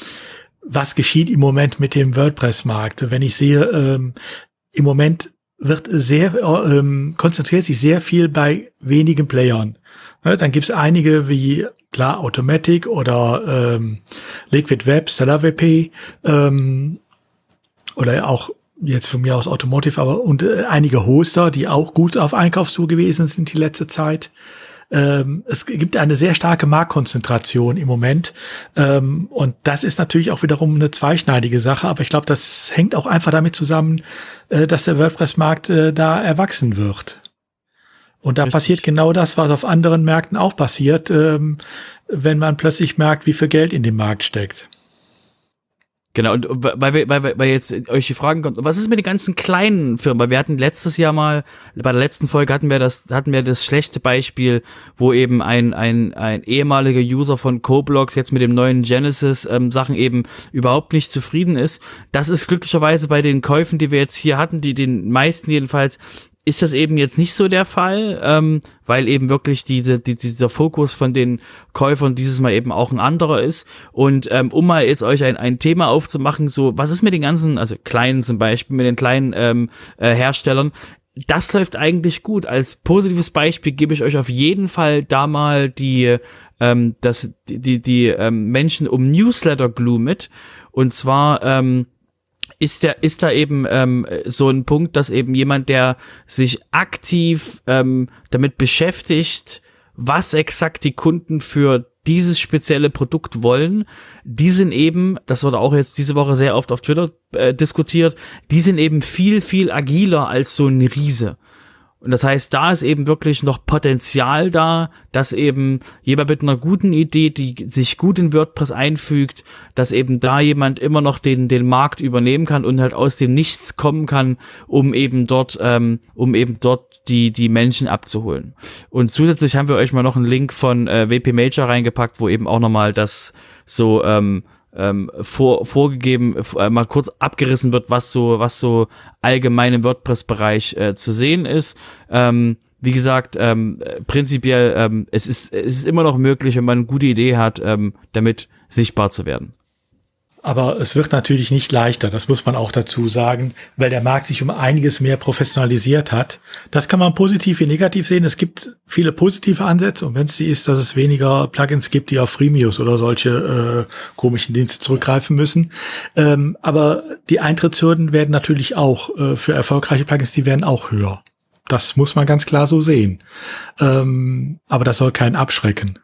was geschieht im Moment mit dem WordPress-Markt? Wenn ich sehe, ähm, im Moment wird sehr, ähm, konzentriert sich sehr viel bei wenigen Playern. Ja, dann gibt es einige wie, klar, Automatic oder ähm, Liquid Web, StellarWP, ähm, oder auch jetzt von mir aus Automotive, aber und äh, einige Hoster, die auch gut auf Einkaufstour gewesen sind die letzte Zeit. Ähm, es gibt eine sehr starke Marktkonzentration im Moment, ähm, und das ist natürlich auch wiederum eine zweischneidige Sache, aber ich glaube, das hängt auch einfach damit zusammen, äh, dass der WordPress-Markt äh, da erwachsen wird. Und da Richtig. Passiert genau das, was auf anderen Märkten auch passiert, ähm, wenn man plötzlich merkt, wie viel Geld in dem Markt steckt. Genau, und weil wir, weil, weil jetzt euch die Fragen kommt, was ist mit den ganzen kleinen Firmen? Weil wir hatten letztes Jahr mal, bei der letzten Folge hatten wir das, hatten wir das schlechte Beispiel, wo eben ein, ein, ein ehemaliger User von Coblox jetzt mit dem neuen Genesis ähm, Sachen eben überhaupt nicht zufrieden ist. Das ist glücklicherweise bei den Käufen, die wir jetzt hier hatten, die den meisten jedenfalls, ist das eben jetzt nicht so der Fall, ähm, weil eben wirklich diese, die, dieser Fokus von den Käufern dieses Mal eben auch ein anderer ist. Und ähm, um mal jetzt euch ein, ein Thema aufzumachen, so was ist mit den ganzen, also kleinen zum Beispiel, mit den kleinen ähm, äh, Herstellern, das läuft eigentlich gut. Als positives Beispiel gebe ich euch auf jeden Fall da mal die, ähm, das, die, die, die ähm, Menschen um Newsletter Glue mit. Und zwar, ähm, ist der ist da eben ähm, so ein Punkt, dass eben jemand, der sich aktiv ähm, damit beschäftigt, was exakt die Kunden für dieses spezielle Produkt wollen, die sind eben, das wurde auch jetzt diese Woche sehr oft auf Twitter äh, diskutiert, die sind eben viel, viel agiler als so ein Riese. Und das heißt, da ist eben wirklich noch Potenzial da, dass eben jemand mit einer guten Idee, die sich gut in WordPress einfügt, dass eben da jemand immer noch den den Markt übernehmen kann und halt aus dem Nichts kommen kann, um eben dort ähm, um eben dort die die Menschen abzuholen. Und zusätzlich haben wir euch mal noch einen Link von äh, W P Major reingepackt, wo eben auch nochmal das so ähm, Ähm, vor, vorgegeben, äh, mal kurz abgerissen wird, was so, was so allgemein im WordPress-Bereich äh, zu sehen ist. Ähm, wie gesagt, ähm, prinzipiell, ähm, es ist, es ist immer noch möglich, wenn man eine gute Idee hat, ähm, damit sichtbar zu werden. Aber es wird natürlich nicht leichter, das muss man auch dazu sagen, weil der Markt sich um einiges mehr professionalisiert hat. Das kann man positiv wie negativ sehen. Es gibt viele positive Ansätze und wenn es die ist, dass es weniger Plugins gibt, die auf Freemiums oder solche äh, komischen Dienste zurückgreifen müssen. Ähm, aber die Eintrittshürden werden natürlich auch äh, für erfolgreiche Plugins, die werden auch höher. Das muss man ganz klar so sehen. Ähm, aber das soll keinen abschrecken.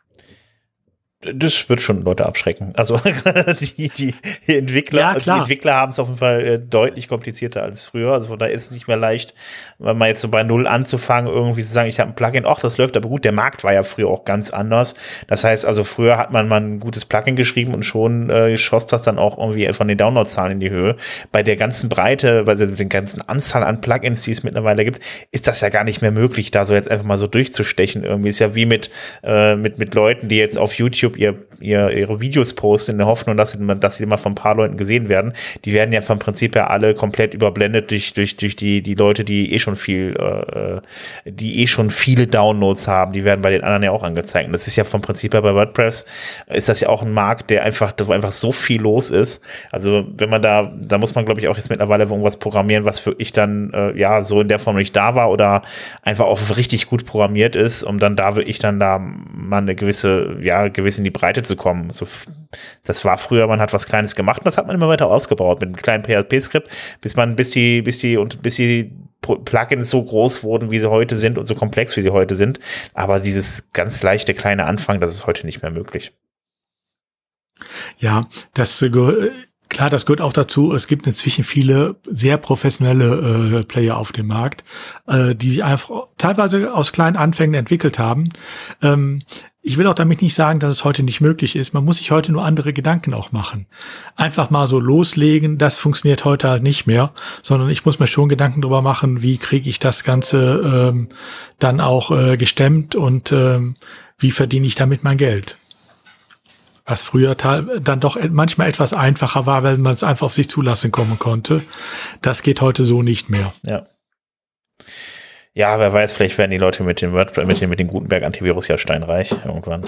Das wird schon Leute abschrecken. Also die, die Entwickler, ja, die Entwickler haben es auf jeden Fall äh, deutlich komplizierter als früher. Also von daher ist es nicht mehr leicht, wenn man jetzt so bei Null anzufangen, irgendwie zu sagen, ich habe ein Plugin, ach, das läuft aber gut. Der Markt war ja früher auch ganz anders. Das heißt, also früher hat man mal ein gutes Plugin geschrieben und schon äh, schoss das dann auch irgendwie von den Downloadzahlen in die Höhe. Bei der ganzen Breite, bei der ganzen Anzahl an Plugins, die es mittlerweile gibt, ist das ja gar nicht mehr möglich, da so jetzt einfach mal so durchzustechen. Irgendwie ist ja wie mit äh, mit mit Leuten, die jetzt auf YouTube Ihr, ihr, ihre Videos posten in der Hoffnung, dass sie, dass sie mal von ein paar Leuten gesehen werden. Die werden ja vom Prinzip her alle komplett überblendet durch, durch, durch die, die Leute, die eh schon viel, äh, die eh schon viele Downloads haben. Die werden bei den anderen ja auch angezeigt. Und das ist ja vom Prinzip her bei WordPress, ist das ja auch ein Markt, der einfach, wo einfach so viel los ist. Also wenn man da, da muss man glaube ich auch jetzt mittlerweile irgendwas programmieren, was wirklich dann, äh, ja, so in der Form nicht da war oder einfach auch richtig gut programmiert ist, um dann da wirklich dann da mal eine gewisse, ja, gewisse in die Breite zu kommen. So, das war früher, man hat was Kleines gemacht und das hat man immer weiter ausgebaut mit einem kleinen P H P-Skript, bis man, bis die, bis die und bis die Plugins so groß wurden, wie sie heute sind und so komplex, wie sie heute sind. Aber dieses ganz leichte kleine Anfang, das ist heute nicht mehr möglich. Ja, das Klar, das gehört auch dazu. Es gibt inzwischen viele sehr professionelle äh, Player auf dem Markt, äh, die sich einfach teilweise aus kleinen Anfängen entwickelt haben. Ähm, ich will auch damit nicht sagen, dass es heute nicht möglich ist. Man muss sich heute nur andere Gedanken auch machen. Einfach mal so loslegen, das funktioniert heute halt nicht mehr, sondern ich muss mir schon Gedanken darüber machen, wie kriege ich das Ganze ähm, dann auch äh, gestemmt und ähm, wie verdiene ich damit mein Geld. Was früher dann doch manchmal etwas einfacher war, weil man es einfach auf sich zulassen kommen konnte. Das geht heute so nicht mehr. Ja. Ja, wer weiß, vielleicht werden die Leute mit dem WordPress, mit dem, mit dem Gutenberg-Antivirus ja steinreich irgendwann.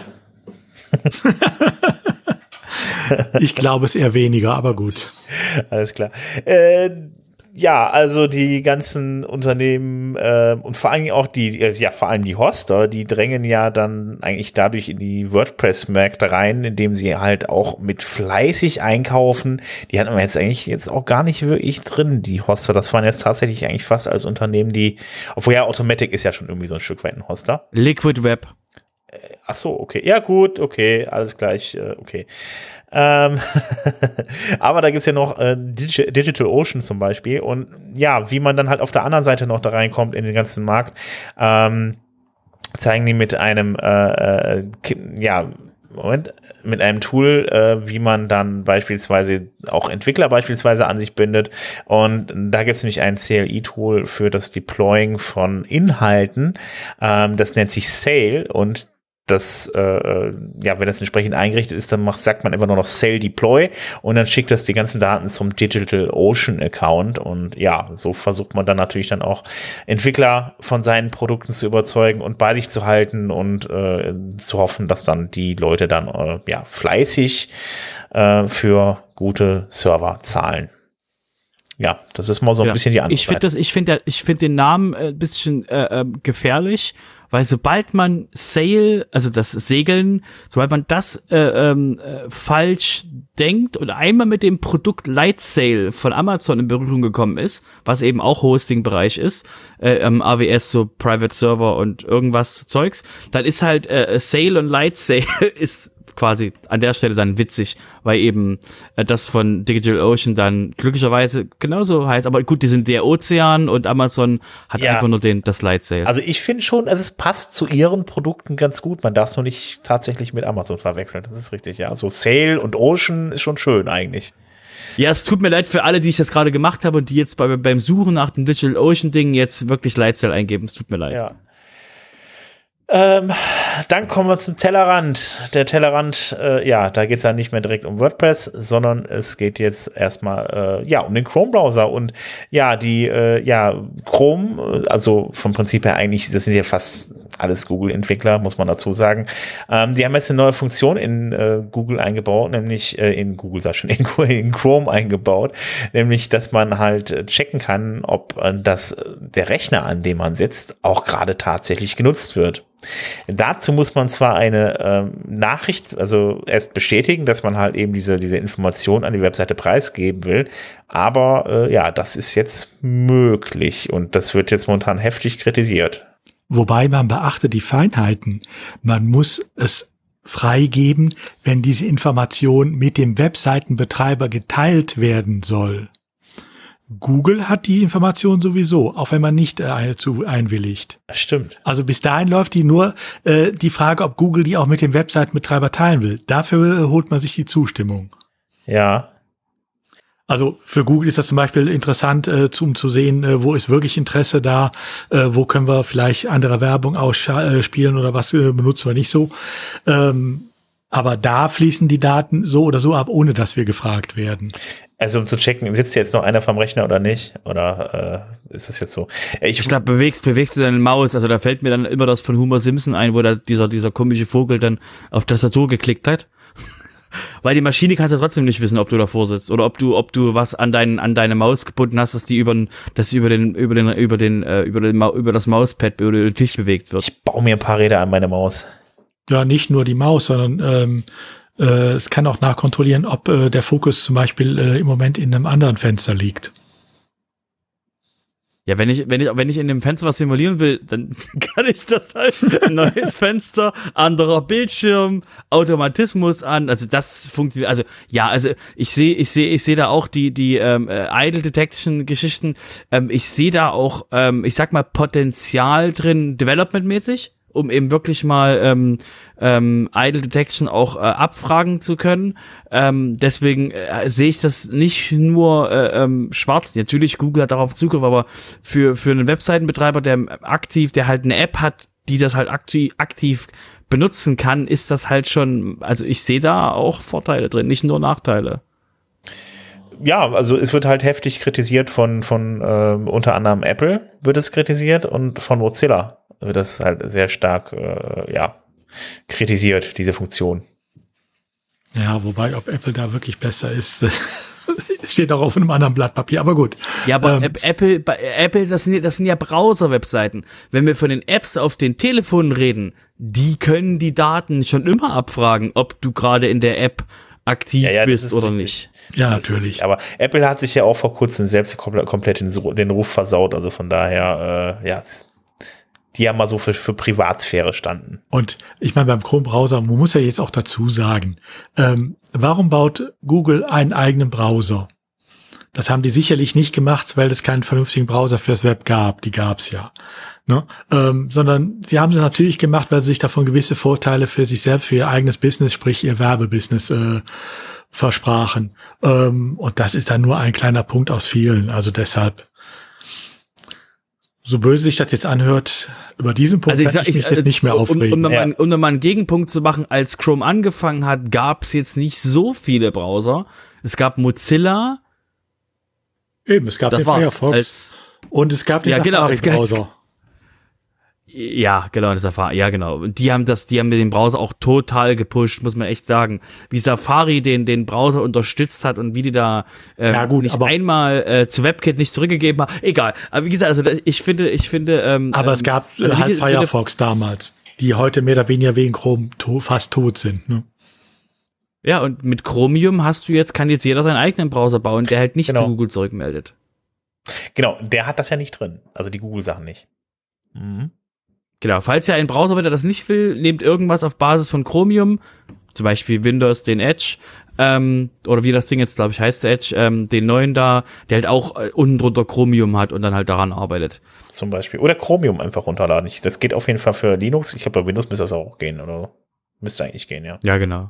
Ich glaube es eher weniger, aber gut. Alles klar. Äh, ja, also die ganzen Unternehmen äh, und vor allem auch die, äh, ja, vor allem die Hoster, die drängen ja dann eigentlich dadurch in die WordPress-Märkte rein, indem sie halt auch mit fleißig einkaufen. Die hatten wir jetzt eigentlich jetzt auch gar nicht wirklich drin, die Hoster. Das waren jetzt tatsächlich eigentlich fast als Unternehmen, die, obwohl ja Automatic ist ja schon irgendwie so ein Stück weit ein Hoster. Liquid Web. Ach so, okay. Ja, gut, okay, alles gleich, äh, okay. Ähm aber da gibt's ja noch äh, Digi- DigitalOcean zum Beispiel. Und ja, wie man dann halt auf der anderen Seite noch da reinkommt in den ganzen Markt, ähm, zeigen die mit einem, äh, äh, ja, Moment, mit einem Tool, äh, wie man dann beispielsweise auch Entwickler beispielsweise an sich bindet. Und da gibt es nämlich ein C L I-Tool für das Deploying von Inhalten. Ähm, das nennt sich Sail und das, äh, ja, wenn das entsprechend eingerichtet ist, dann macht, sagt man immer nur noch Sail Deploy und dann schickt das die ganzen Daten zum DigitalOcean Account und ja, so versucht man dann natürlich dann auch Entwickler von seinen Produkten zu überzeugen und bei sich zu halten und äh, zu hoffen, dass dann die Leute dann äh, ja fleißig äh, für gute Server zahlen. Ja, das ist mal so ein ja. bisschen die andere Ich finde das, ich finde, ich finde den Namen ein bisschen äh, äh, gefährlich. Weil sobald man Sail, also das Segeln, sobald man das äh, ähm, äh, falsch denkt und einmal mit dem Produkt Lightsail von Amazon in Berührung gekommen ist, was eben auch Hosting-Bereich ist, äh, ähm, A W S, so Private Server und irgendwas Zeugs, dann ist halt äh, Sail und Lightsail ist quasi an der Stelle dann witzig, weil eben äh, das von DigitalOcean dann glücklicherweise genauso heißt. Aber gut, die sind der Ozean und Amazon hat ja einfach nur den das Lightsail. Also ich finde schon, also es passt zu ihren Produkten ganz gut. Man darf es nur nicht tatsächlich mit Amazon verwechseln. Das ist richtig, ja. So Sail und Ocean ist schon schön eigentlich. Ja, es tut mir leid für alle, die ich das gerade gemacht habe und die jetzt bei, beim Suchen nach dem DigitalOcean-Ding jetzt wirklich Lightsail eingeben. Es tut mir leid. Ja. Ähm, dann kommen wir zum Tellerrand. Der Tellerrand, äh, ja, da geht es ja nicht mehr direkt um WordPress, sondern es geht jetzt erstmal äh, ja um den Chrome-Browser und ja, die äh, ja Chrome, also vom Prinzip her eigentlich, das sind ja fast alles Google-Entwickler, muss man dazu sagen. Ähm, die haben jetzt eine neue Funktion in äh, Google eingebaut, nämlich äh, in Google, sag schon, in, in Chrome eingebaut, nämlich, dass man halt checken kann, ob äh, das der Rechner, an dem man sitzt, auch gerade tatsächlich genutzt wird. Dazu muss man zwar eine ähm, Nachricht, also erst bestätigen, dass man halt eben diese, diese Information an die Webseite preisgeben will, aber äh, ja, das ist jetzt möglich und das wird jetzt momentan heftig kritisiert. Wobei man beachte die Feinheiten. Man muss es freigeben, wenn diese Information mit dem Webseitenbetreiber geteilt werden soll. Google hat die Information sowieso, auch wenn man nicht äh, zu einwilligt. Das stimmt. Also bis dahin läuft die nur äh, die Frage, ob Google die auch mit dem Webseitenbetreiber teilen will. Dafür äh, holt man sich die Zustimmung. Ja. Also für Google ist das zum Beispiel interessant, äh, um zu sehen, äh, wo ist wirklich Interesse da, äh, wo können wir vielleicht andere Werbung ausspielen oder was äh, benutzen wir nicht so. Ähm, aber da fließen die Daten so oder so ab, ohne dass wir gefragt werden. Also um zu checken, sitzt jetzt noch einer vom Rechner oder nicht? Oder äh, ist das jetzt so? Ich, ich glaube, bewegst, bewegst du deine Maus. Also da fällt mir dann immer das von Homer Simpson ein, wo da dieser, dieser komische Vogel dann auf Tastatur geklickt hat. Weil die Maschine kannst ja trotzdem nicht wissen, ob du davor sitzt oder ob du, ob du was an deinen, an deine Maus gebunden hast, dass die über, dass die über den, über den, über den, äh, über den, über das Mauspad, über den Tisch bewegt wird. Ich baue mir ein paar Räder an meine Maus. Ja, nicht nur die Maus, sondern ähm, äh, es kann auch nachkontrollieren, ob äh, der Fokus zum Beispiel äh, im Moment in einem anderen Fenster liegt. Ja, wenn ich, wenn ich, wenn ich in dem Fenster was simulieren will, dann kann ich das halt. Neues Fenster, anderer Bildschirm, Automatismus an. Also das funktioniert. Also ja, also ich sehe, ich sehe, ich sehe da auch die die ähm, Idle Detection Geschichten. Ähm, ich sehe da auch, ähm, ich sag mal Potenzial drin, developmentmäßig, um eben wirklich mal ähm, ähm, Idle Detection auch äh, abfragen zu können. Ähm, deswegen äh, sehe ich das nicht nur äh, ähm, schwarz. Natürlich, Google hat darauf Zugriff, aber für für einen Webseitenbetreiber, der aktiv, der halt eine App hat, die das halt aktiv, aktiv benutzen kann, ist das halt schon, also ich sehe da auch Vorteile drin, nicht nur Nachteile. Ja, also es wird halt heftig kritisiert von von äh, unter anderem Apple wird es kritisiert und von Mozilla wird das halt sehr stark äh, ja kritisiert, diese Funktion. Ja, wobei, ob Apple da wirklich besser ist, steht auch auf einem anderen Blatt Papier, aber gut. Ja, aber ähm, Apple, bei Apple, das sind, das sind ja Browser-Webseiten. Wenn wir von den Apps auf den Telefonen reden, die können die Daten schon immer abfragen, ob du gerade in der App aktiv ja, ja, bist oder richtig. nicht. Ja, natürlich. Aber Apple hat sich ja auch vor kurzem selbst komplett, komplett den, den Ruf versaut, also von daher, äh, ja, die haben mal so für, für Privatsphäre standen. Und ich meine, beim Chrome-Browser, man muss ja jetzt auch dazu sagen, ähm, warum baut Google einen eigenen Browser? Das haben die sicherlich nicht gemacht, weil es keinen vernünftigen Browser fürs Web gab. Die gab's ja. Ne? Ähm, sondern sie haben es natürlich gemacht, weil sie sich davon gewisse Vorteile für sich selbst, für ihr eigenes Business, sprich ihr Werbebusiness, äh, versprachen. Ähm, und das ist dann nur ein kleiner Punkt aus vielen. Also deshalb, so böse sich das jetzt anhört, über diesen Punkt also ich, kann sag, ich mich ich, jetzt nicht mehr aufregen. Um, um, ja. um, um nochmal einen Gegenpunkt zu machen, als Chrome angefangen hat, gab es jetzt nicht so viele Browser. Es gab Mozilla. Eben, es gab das den war's. Firefox Als, und es gab den ja, genau, Safari-Browser. Ja, genau, das Safari, ja, genau. Und die haben das, die haben den Browser auch total gepusht, muss man echt sagen. Wie Safari den, den Browser unterstützt hat und wie die da äh, ja, gut, nicht aber einmal äh, zu WebKit nicht zurückgegeben haben. Egal. Aber wie gesagt, also ich finde, ich finde, ähm, aber es gab also halt wie, Firefox damals, die heute mehr oder weniger wegen Chrome to- fast tot sind. Ne? Ja, und mit Chromium hast du jetzt, kann jetzt jeder seinen eigenen Browser bauen, der halt nicht Genau. zu Google zurückmeldet. Genau, der hat das ja nicht drin. Also die Google-Sachen nicht. Mhm. Genau, falls ihr einen Browser, wenn er das nicht will, nehmt irgendwas auf Basis von Chromium, zum Beispiel Windows, den Edge, ähm, oder wie das Ding jetzt, glaube ich, heißt Edge, ähm, den neuen da, der halt auch äh, unten drunter Chromium hat und dann halt daran arbeitet. Zum Beispiel. Oder Chromium einfach runterladen. Ich, das geht auf jeden Fall für Linux. Ich glaube, bei Windows müsste das auch gehen, oder? Müsste eigentlich gehen, ja. Ja, genau.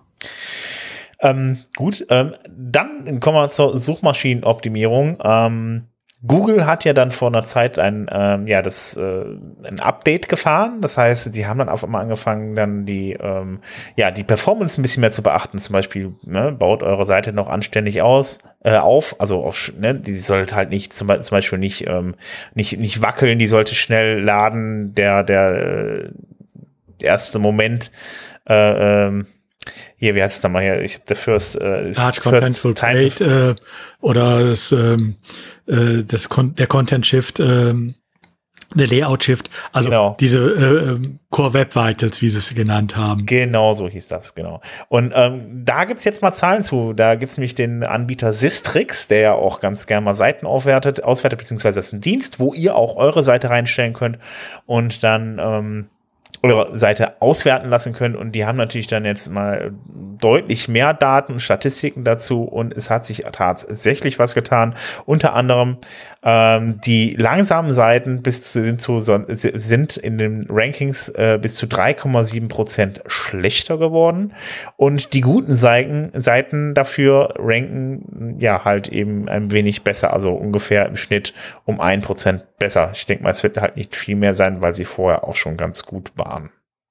Ähm, gut, ähm, dann kommen wir zur Suchmaschinenoptimierung. Ähm, Google hat ja dann vor einer Zeit ein, ähm, ja, das, äh, ein Update gefahren. Das heißt, die haben dann auf einmal angefangen, dann die, ähm, ja, die Performance ein bisschen mehr zu beachten. Zum Beispiel, ne, baut eure Seite noch anständig aus, äh, auf. Also, auf, ne, die sollte halt nicht, zum, zum Beispiel nicht, ähm, nicht, nicht wackeln. Die sollte schnell laden. Der, der, äh, der erste Moment, äh, ähm, hier, wie heißt es da mal hier? Ich habe der First, äh, Large Contentful Page äh, oder das, ähm, äh, das Kon- der Content Shift, ähm, der Layout Shift, also genau. diese äh, Core Web Vitals, wie sie es genannt haben. Genau, so hieß das, genau. Und ähm, da gibt's jetzt mal Zahlen zu. Da gibt's nämlich den Anbieter Sistrix, der ja auch ganz gerne mal Seiten aufwertet, auswertet, beziehungsweise das ist ein Dienst, wo ihr auch eure Seite reinstellen könnt und dann ähm, eure Seite auswerten lassen könnt, und die haben natürlich dann jetzt mal deutlich mehr Daten und Statistiken dazu, und es hat sich tatsächlich was getan. Unter anderem ähm, die langsamen Seiten bis zu, sind, zu, sind in den Rankings äh, bis zu drei Komma sieben Prozent schlechter geworden, und die guten Seiten, Seiten dafür ranken ja halt eben ein wenig besser, also ungefähr im Schnitt um ein Prozent besser. Ich denke mal, es wird halt nicht viel mehr sein, weil sie vorher auch schon ganz gut waren.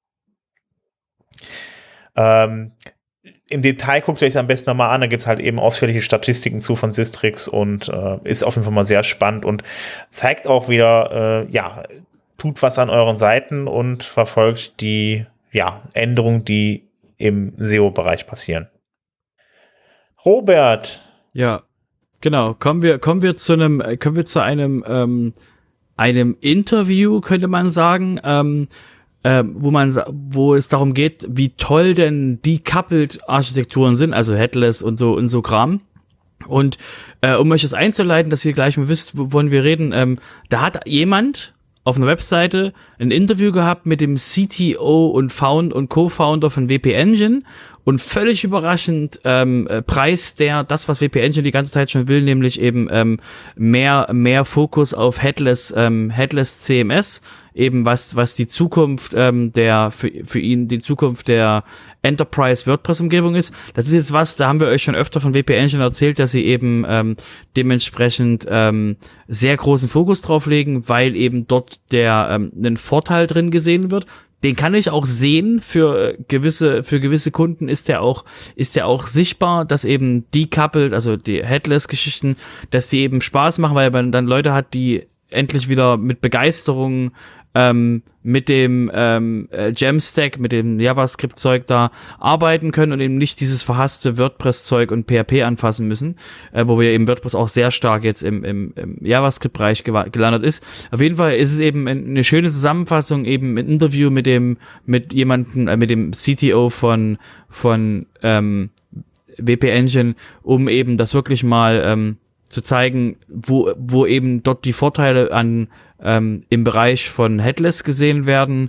Ähm, Im Detail guckt ihr euch am besten nochmal an, da gibt es halt eben ausführliche Statistiken zu von Sistrix, und äh, ist auf jeden Fall mal sehr spannend und zeigt auch wieder, äh, ja, tut was an euren Seiten und verfolgt die, ja, Änderungen, die im S E O-Bereich passieren. Robert. Ja, genau. Kommen wir, kommen wir zu einem, kommen wir zu einem, ähm, einem Interview, könnte man sagen, ähm, äh, wo man, wo es darum geht, wie toll denn decoupled Architekturen sind, also Headless und so und so Kram. Und äh, um euch das einzuleiten, dass ihr gleich mal wisst, wovon wir reden, ähm, da hat jemand auf einer Webseite ein Interview gehabt mit dem C T O und Found und Co-Founder von W P Engine und völlig überraschend ähm, preist der das, was W P Engine die ganze Zeit schon will, nämlich eben ähm, mehr mehr Fokus auf Headless ähm, Headless C M S, eben was was die Zukunft ähm, der für für ihn die Zukunft der Enterprise WordPress Umgebung ist. Das ist jetzt was, da haben wir euch schon öfter von W P Engine erzählt, dass sie eben ähm, dementsprechend ähm, sehr großen Fokus drauf legen, weil eben dort der ähm, ein Vorteil drin gesehen wird. Den kann ich auch sehen, für gewisse, für gewisse Kunden ist der auch, ist der auch sichtbar, dass eben decoupled, also die Headless-Geschichten, dass die eben Spaß machen, weil man dann Leute hat, die endlich wieder mit Begeisterung ähm, mit dem ähm, äh, Jamstack, mit dem JavaScript-Zeug da arbeiten können und eben nicht dieses verhasste WordPress-Zeug und P H P anfassen müssen, äh, wo wir eben WordPress auch sehr stark jetzt im, im, im JavaScript-Bereich gelandet ist. Auf jeden Fall ist es eben eine schöne Zusammenfassung, eben ein Interview mit dem, mit jemandem, äh, mit dem C T O von, von ähm, W P Engine, um eben das wirklich mal ähm, zu zeigen, wo, wo eben dort die Vorteile an ähm, im Bereich von Headless gesehen werden.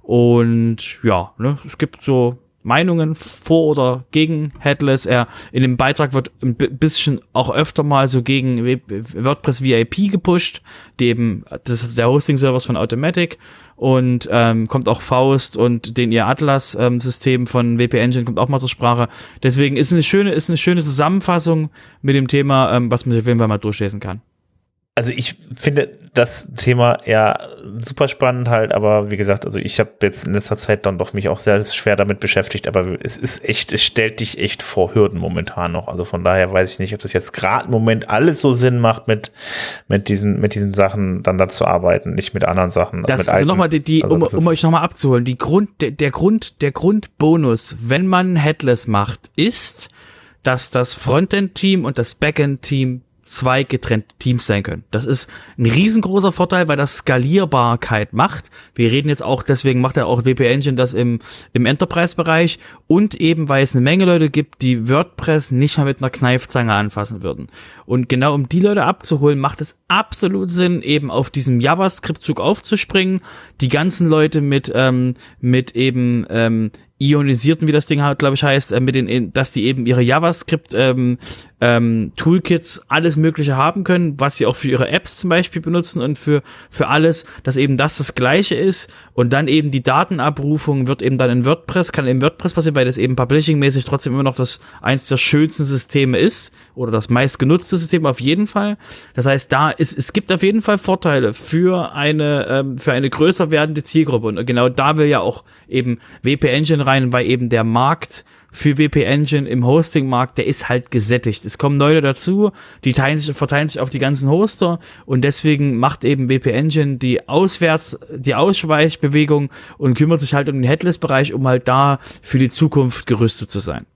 Und ja, ne, es gibt so Meinungen vor oder gegen Headless. Er in dem Beitrag wird ein bisschen auch öfter mal so gegen WordPress V I P gepusht, die eben, das ist der Hosting-Service von Automatic, und ähm, kommt auch Faust und den ihr Atlas-System ähm, von W P Engine kommt auch mal zur Sprache. Deswegen ist eine schöne, ist eine schöne Zusammenfassung mit dem Thema, ähm, was man sich auf jeden Fall mal durchlesen kann. Also ich finde das Thema ja super spannend halt, aber wie gesagt, also ich habe jetzt in letzter Zeit dann doch mich auch sehr schwer damit beschäftigt, aber es ist echt, es stellt dich echt vor Hürden momentan noch. Also von daher weiß ich nicht, ob das jetzt gerade im Moment alles so Sinn macht, mit mit diesen mit diesen Sachen dann da zu arbeiten, nicht mit anderen Sachen. Das, mit also nochmal die, die also um, um euch nochmal abzuholen, die Grund, der, der Grund, der Grundbonus, wenn man Headless macht, ist, dass das Frontend-Team und das Backend-Team zwei getrennte Teams sein können. Das ist ein riesengroßer Vorteil, weil das Skalierbarkeit macht. Wir reden jetzt auch, deswegen macht ja auch W P Engine das im, im Enterprise-Bereich, und eben, weil es eine Menge Leute gibt, die WordPress nicht mal mit einer Kneifzange anfassen würden. Und genau um die Leute abzuholen, macht es absolut Sinn, eben auf diesem JavaScript-Zug aufzuspringen, die ganzen Leute mit, ähm, mit eben, ähm, ionisierten, wie das Ding halt, glaube ich, heißt, äh, mit den, dass die eben ihre JavaScript ähm, ähm, Toolkits, alles Mögliche haben können, was sie auch für ihre Apps zum Beispiel benutzen und für für alles, dass eben das das Gleiche ist, und dann eben die Datenabrufung wird eben dann in WordPress, kann in WordPress passieren, weil das eben Publishing-mäßig trotzdem immer noch das eins der schönsten Systeme ist oder das meistgenutzte System auf jeden Fall. Das heißt, da ist, es gibt auf jeden Fall Vorteile für eine ähm, für eine größer werdende Zielgruppe, und genau da will ja auch eben W P Engine rein, weil eben der Markt für W P Engine im Hosting-Markt, der ist halt gesättigt. Es kommen neue dazu, die teilen sich, verteilen sich auf die ganzen Hoster, und deswegen macht eben W P Engine die Auswärts, die Ausweichbewegung und kümmert sich halt um den Headless-Bereich, um halt da für die Zukunft gerüstet zu sein.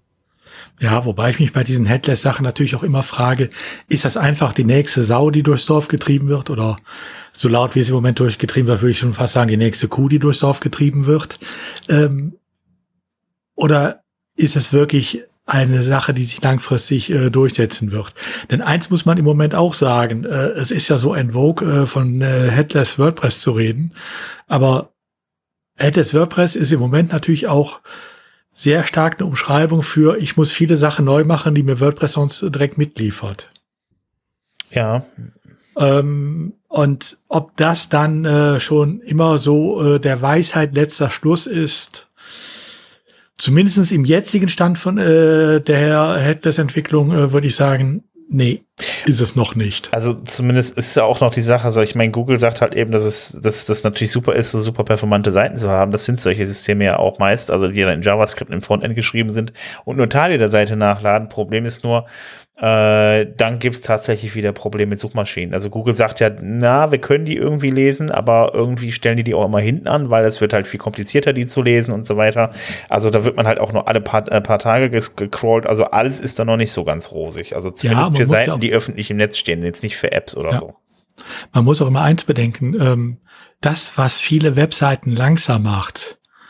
Ja, wobei ich mich bei diesen Headless-Sachen natürlich auch immer frage, ist das einfach die nächste Sau, die durchs Dorf getrieben wird, oder so laut wie es im Moment durchgetrieben wird, würde ich schon fast sagen, die nächste Kuh, die durchs Dorf getrieben wird. Ähm, oder ist es wirklich eine Sache, die sich langfristig äh, durchsetzen wird? Denn eins muss man im Moment auch sagen, äh, es ist ja so en vogue, äh, von äh, Headless WordPress zu reden, aber Headless WordPress ist im Moment natürlich auch sehr stark eine Umschreibung für, ich muss viele Sachen neu machen, die mir WordPress sonst direkt mitliefert. Ja. Ähm, und ob das dann äh, schon immer so äh, der Weisheit letzter Schluss ist, zumindest im jetzigen Stand von äh, der Headless-Entwicklung, äh, würde ich sagen, nee, ist es noch nicht. Also zumindest ist es ja auch noch die Sache, also ich meine, Google sagt halt eben, dass es dass das natürlich super ist, so super performante Seiten zu haben. Das sind solche Systeme ja auch meist, also die dann in JavaScript im Frontend geschrieben sind und nur Teile der Seite nachladen. Problem ist nur, äh, dann gibt's tatsächlich wieder Probleme mit Suchmaschinen. Also Google sagt ja, na, wir können die irgendwie lesen, aber irgendwie stellen die die auch immer hinten an, weil es wird halt viel komplizierter, die zu lesen und so weiter. Also da wird man halt auch nur alle paar, äh, paar Tage gecrawlt. Also alles ist da noch nicht so ganz rosig. Also zumindest ja, für Seiten, ja die öffentlich im Netz stehen, jetzt nicht für Apps oder ja. so. Man muss auch immer eins bedenken, ähm, das, was viele Webseiten langsam macht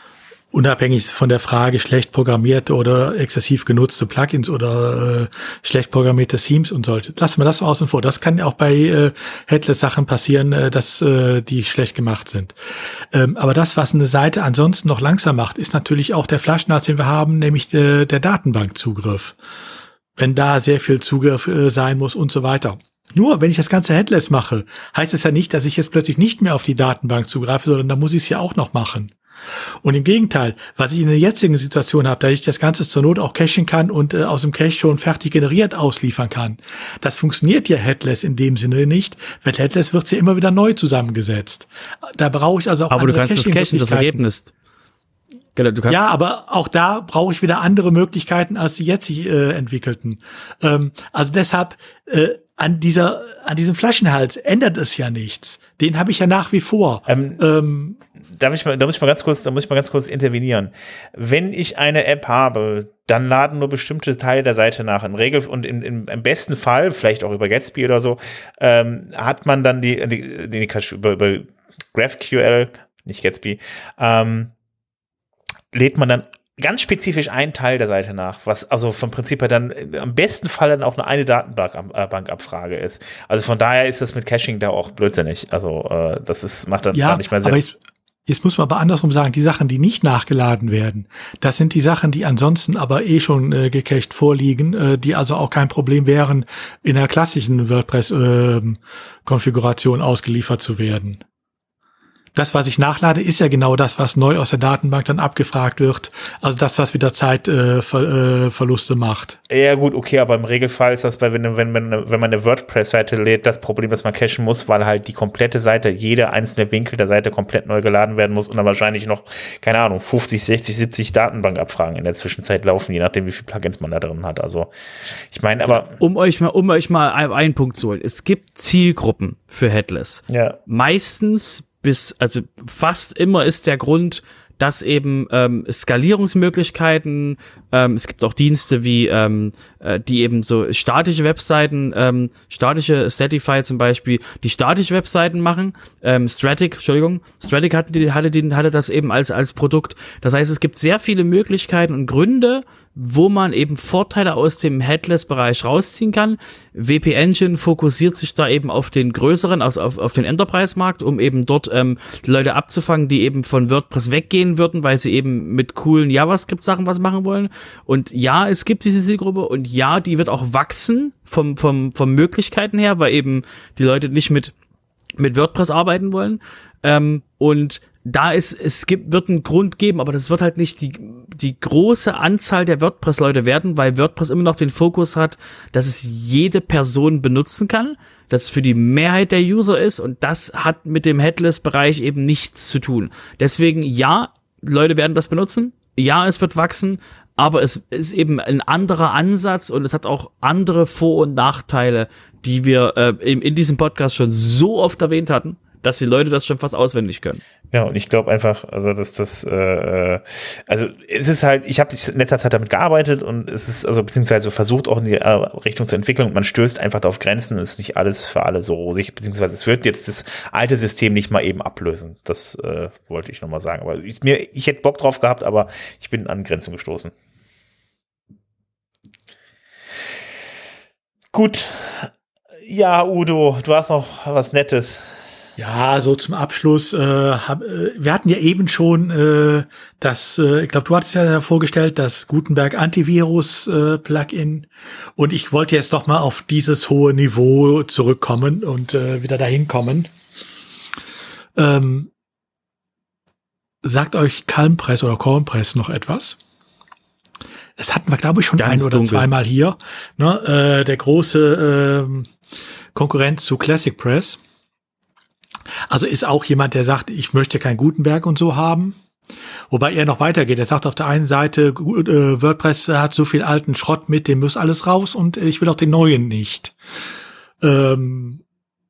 unabhängig von der Frage schlecht programmierte oder exzessiv genutzte Plugins oder äh, schlecht programmierte Themes und solche. Lassen wir das mal außen vor. Das kann auch bei äh, Headless-Sachen passieren, äh, dass äh, die schlecht gemacht sind. Ähm, aber das, was eine Seite ansonsten noch langsam macht, ist natürlich auch der Flaschenhals, den wir haben, nämlich äh, der Datenbankzugriff. Wenn da sehr viel Zugriff äh, sein muss und so weiter. Nur, wenn ich das Ganze Headless mache, heißt es ja nicht, dass ich jetzt plötzlich nicht mehr auf die Datenbank zugreife, sondern da muss ich es ja auch noch machen. Und im Gegenteil, was ich in der jetzigen Situation habe, dass ich das Ganze zur Not auch cachen kann und äh, aus dem Cache schon fertig generiert ausliefern kann. Das funktioniert ja Headless in dem Sinne nicht, weil Headless wird ja immer wieder neu zusammengesetzt. Da brauche ich also auch aber du kannst das cachen, das Ergebnis. Genau, du kannst ja, aber auch da brauche ich wieder andere Möglichkeiten als die jetzt äh, entwickelten. Ähm, also deshalb äh, an dieser, an diesem Flaschenhals ändert es ja nichts. Den habe ich ja nach wie vor. Ähm, ähm, darf ich mal, da muss ich mal ganz kurz, da muss ich mal ganz kurz intervenieren. Wenn ich eine App habe, dann laden nur bestimmte Teile der Seite nach. Im Regel und in, in, im besten Fall, vielleicht auch über Gatsby oder so, ähm, hat man dann die, die, die, die über, über GraphQL, nicht Gatsby, ähm, lädt man dann ganz spezifisch einen Teil der Seite nach, was also vom Prinzip her dann am besten Fall dann auch nur eine Datenbankabfrage ist. Also von daher ist das mit Caching da auch blödsinnig. Also äh, das ist, macht dann ja, gar nicht mehr Sinn. Aber jetzt, jetzt muss man aber andersrum sagen, die Sachen, die nicht nachgeladen werden, das sind die Sachen, die ansonsten aber eh schon äh, gecached vorliegen, äh, die also auch kein Problem wären, in der klassischen WordPress-Konfiguration äh, ausgeliefert zu werden. Das, was ich nachlade, ist ja genau das, was neu aus der Datenbank dann abgefragt wird. Also das, was wieder Zeitverluste äh, macht. Ja gut, okay, aber im Regelfall ist das bei, wenn, wenn, wenn, wenn man eine WordPress-Seite lädt, das Problem, dass man cachen muss, weil halt die komplette Seite, jeder einzelne Winkel der Seite komplett neu geladen werden muss und dann wahrscheinlich noch, keine Ahnung, fünfzig, sechzig, siebzig Datenbankabfragen in der Zwischenzeit laufen, je nachdem, wie viele Plugins man da drin hat. Also ich meine, aber... Um euch mal, um euch mal einen Punkt zu holen. Es gibt Zielgruppen für Headless. Ja. Meistens bis, also fast immer ist der Grund, dass eben ähm, Skalierungsmöglichkeiten, ähm, es gibt auch Dienste wie, ähm, äh, die eben so statische Webseiten, ähm, statische Statify zum Beispiel, die statische Webseiten machen, ähm, Static, Entschuldigung, Static hatte, die, hatte, die, hatte das eben als, als Produkt. Das heißt, es gibt sehr viele Möglichkeiten und Gründe, wo man eben Vorteile aus dem Headless-Bereich rausziehen kann. W P Engine fokussiert sich da eben auf den größeren, auf, auf, auf den Enterprise-Markt, um eben dort ähm, die Leute abzufangen, die eben von WordPress weggehen würden, weil sie eben mit coolen JavaScript-Sachen was machen wollen. Und ja, es gibt diese Zielgruppe und ja, die wird auch wachsen vom, vom, vom Möglichkeiten her, weil eben die Leute nicht mit, mit WordPress arbeiten wollen. Ähm, und da ist, es gibt, wird einen Grund geben, aber das wird halt nicht die, die große Anzahl der WordPress-Leute werden, weil WordPress immer noch den Fokus hat, dass es jede Person benutzen kann, dass es für die Mehrheit der User ist und das hat mit dem Headless-Bereich eben nichts zu tun. Deswegen, ja, Leute werden das benutzen, ja, es wird wachsen, aber es ist eben ein anderer Ansatz und es hat auch andere Vor- und Nachteile, die wir äh, in, in diesem Podcast schon so oft erwähnt hatten, dass die Leute das schon fast auswendig können. Ja, und ich glaube einfach, also dass das, äh, also es ist halt, ich habe in letzter Zeit damit gearbeitet und es ist, also beziehungsweise versucht auch in die äh, Richtung zu entwickeln und man stößt einfach auf Grenzen, es ist nicht alles für alle so rosig, beziehungsweise es wird jetzt das alte System nicht mal eben ablösen. Das äh, wollte ich nochmal sagen. Aber ich, mir, ich hätte Bock drauf gehabt, aber ich bin an Grenzen gestoßen. Gut. Ja, Udo, du hast noch was Nettes. Ja, so zum Abschluss. Äh, hab, äh, wir hatten ja eben schon äh, das, äh, ich glaube, du hattest ja vorgestellt, das Gutenberg Antivirus äh, Plugin. Und ich wollte jetzt doch mal auf dieses hohe Niveau zurückkommen und äh, wieder dahin kommen. Ähm, sagt euch Calmpress oder Calmpress noch etwas? Das hatten wir, glaube ich, schon Ganz ein oder dunkel. zweimal hier. Ne? Äh, der große äh, Konkurrent zu Classic Press. Also ist auch jemand, der sagt, ich möchte kein Gutenberg und so haben. Wobei er noch weitergeht. Er sagt auf der einen Seite, äh, WordPress hat so viel alten Schrott mit, dem muss alles raus und ich will auch den neuen nicht. Ähm,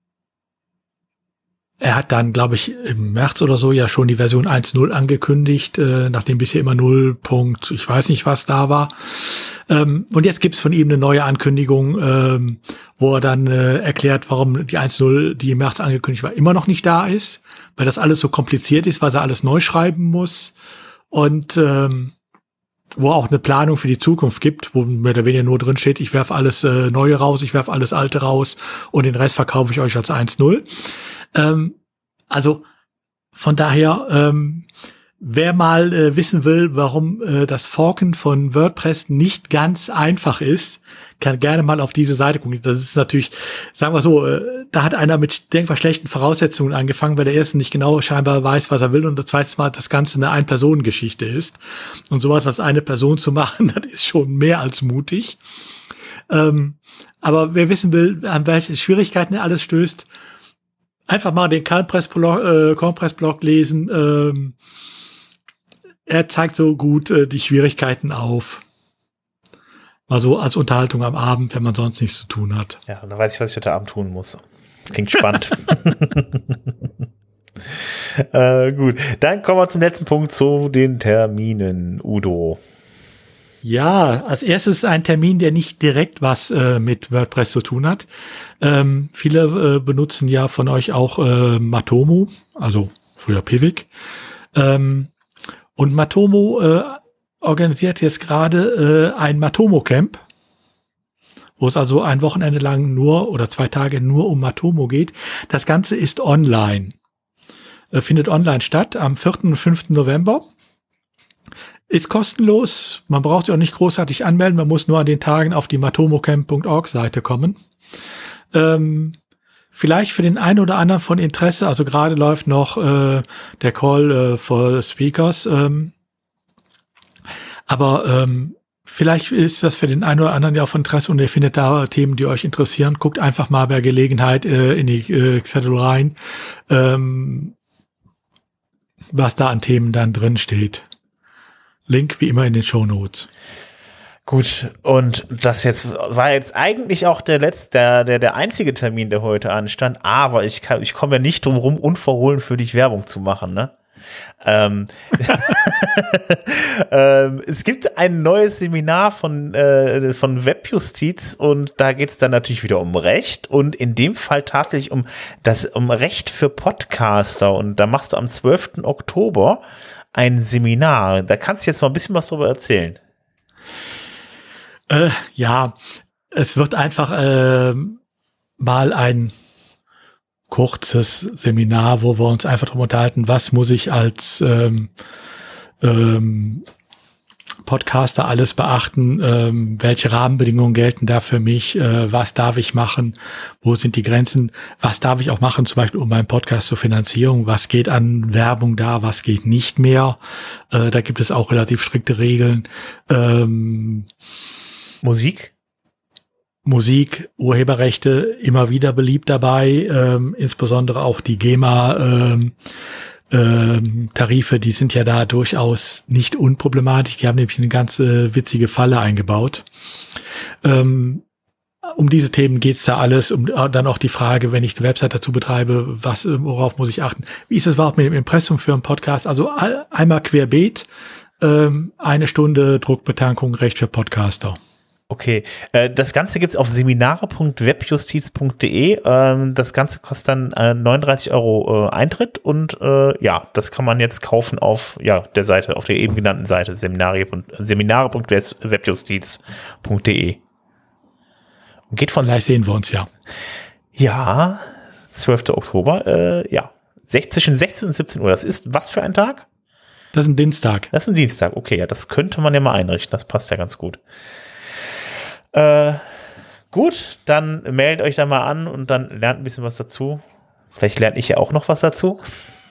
er hat dann, glaube ich, im März oder so ja schon die Version eins Punkt null angekündigt, äh, nachdem bisher immer null. Ich weiß nicht, was da war. Ähm, und jetzt gibt's von ihm eine neue Ankündigung, ähm, wo er dann äh, erklärt, warum die eins Punkt null, die im März angekündigt war, immer noch nicht da ist, weil das alles so kompliziert ist, weil er alles neu schreiben muss. und ähm, wo auch eine Planung für die Zukunft gibt, wo mehr oder weniger nur drin steht, ich werfe alles äh, Neue raus, ich werfe alles Alte raus und den Rest verkaufe ich euch als eins null. Ähm, also von daher, ähm, wer mal äh, wissen will, warum äh, das Forken von WordPress nicht ganz einfach ist, kann gerne mal auf diese Seite gucken. Das ist natürlich, sagen wir so, äh, da hat einer mit denkbar schlechten Voraussetzungen angefangen, weil der erste nicht genau scheinbar weiß, was er will, und das zweite Mal das Ganze eine Ein-Personen-Geschichte ist. Und sowas als eine Person zu machen, das ist schon mehr als mutig. Ähm, aber wer wissen will, an welche Schwierigkeiten er alles stößt, einfach mal den Compress-Blog äh, Compress-Blog lesen. Ähm, er zeigt so gut äh, die Schwierigkeiten auf. Mal so als Unterhaltung am Abend, wenn man sonst nichts zu tun hat. Ja, und dann weiß ich, was ich heute Abend tun muss. Klingt spannend. äh, gut, dann kommen wir zum letzten Punkt, zu den Terminen. Udo. Ja, als erstes ein Termin, der nicht direkt was äh, mit WordPress zu tun hat. Ähm, viele äh, benutzen ja von euch auch äh, Matomo, also früher Pivik. Ähm, und Matomo äh, organisiert jetzt gerade äh, ein Matomo-Camp, wo es also ein Wochenende lang nur oder zwei Tage nur um Matomo geht. Das Ganze ist online, äh, findet online statt am vierten und fünften November. Ist kostenlos, man braucht sich auch nicht großartig anmelden, man muss nur an den Tagen auf die matomocamp punkt org Seite kommen. Ähm, vielleicht für den einen oder anderen von Interesse, also gerade läuft noch äh, der Call äh, for Speakers, ähm, aber ähm, vielleicht ist das für den einen oder anderen ja auch von Interesse und ihr findet da Themen, die euch interessieren. Guckt einfach mal bei Gelegenheit äh, in die äh, Zettel rein, ähm, was da an Themen dann drin steht. Link wie immer in den Shownotes. Gut, und das jetzt war jetzt eigentlich auch der letzte, der, der, der einzige Termin, der heute anstand, aber ich kann, ich komme ja nicht drum rum, unverhohlen für dich Werbung zu machen, ne? ähm, ähm, es gibt ein neues Seminar von, äh, von Webjustiz und da geht es dann natürlich wieder um Recht und in dem Fall tatsächlich um das um Recht für Podcaster und da machst du am zwölften Oktober ein Seminar. Da kannst du jetzt mal ein bisschen was drüber erzählen. Äh, ja, es wird einfach äh, mal ein kurzes Seminar, wo wir uns einfach darüber unterhalten, was muss ich als ähm, ähm, Podcaster alles beachten, ähm, welche Rahmenbedingungen gelten da für mich, äh, was darf ich machen, wo sind die Grenzen, was darf ich auch machen, zum Beispiel um meinen Podcast zur Finanzierung, was geht an Werbung da, was geht nicht mehr, äh, da gibt es auch relativ strikte Regeln. Ähm, Musik? Musik, Urheberrechte immer wieder beliebt dabei, ähm, insbesondere auch die GEMA ähm, ähm, Tarife, die sind ja da durchaus nicht unproblematisch, die haben nämlich eine ganz äh, witzige Falle eingebaut. Ähm, um diese Themen geht's da alles, um äh, dann auch die Frage, wenn ich eine Website dazu betreibe, was, äh, worauf muss ich achten? Wie ist es überhaupt mit dem Impressum für einen Podcast? Also all, einmal querbeet, ähm, eine Stunde Druckbetankung, Recht für Podcaster. Okay, äh, das Ganze gibt's auf seminare punkt webjustiz punkt de. Ähm, das Ganze kostet dann äh, neununddreißig Euro äh, Eintritt und äh, ja, das kann man jetzt kaufen auf ja der Seite, auf der eben genannten Seite seminare punkt webjustiz punkt de. Und geht von Vielleicht sehen wir uns ja. Ja, zwölften Oktober, äh, ja, zwischen sechzehn und siebzehn Uhr. Das ist was für ein Tag? Das ist ein Dienstag. Das ist ein Dienstag. Okay, ja, das könnte man ja mal einrichten. Das passt ja ganz gut. Äh, gut, dann meldet euch da mal an und dann lernt ein bisschen was dazu. Vielleicht lerne ich ja auch noch was dazu.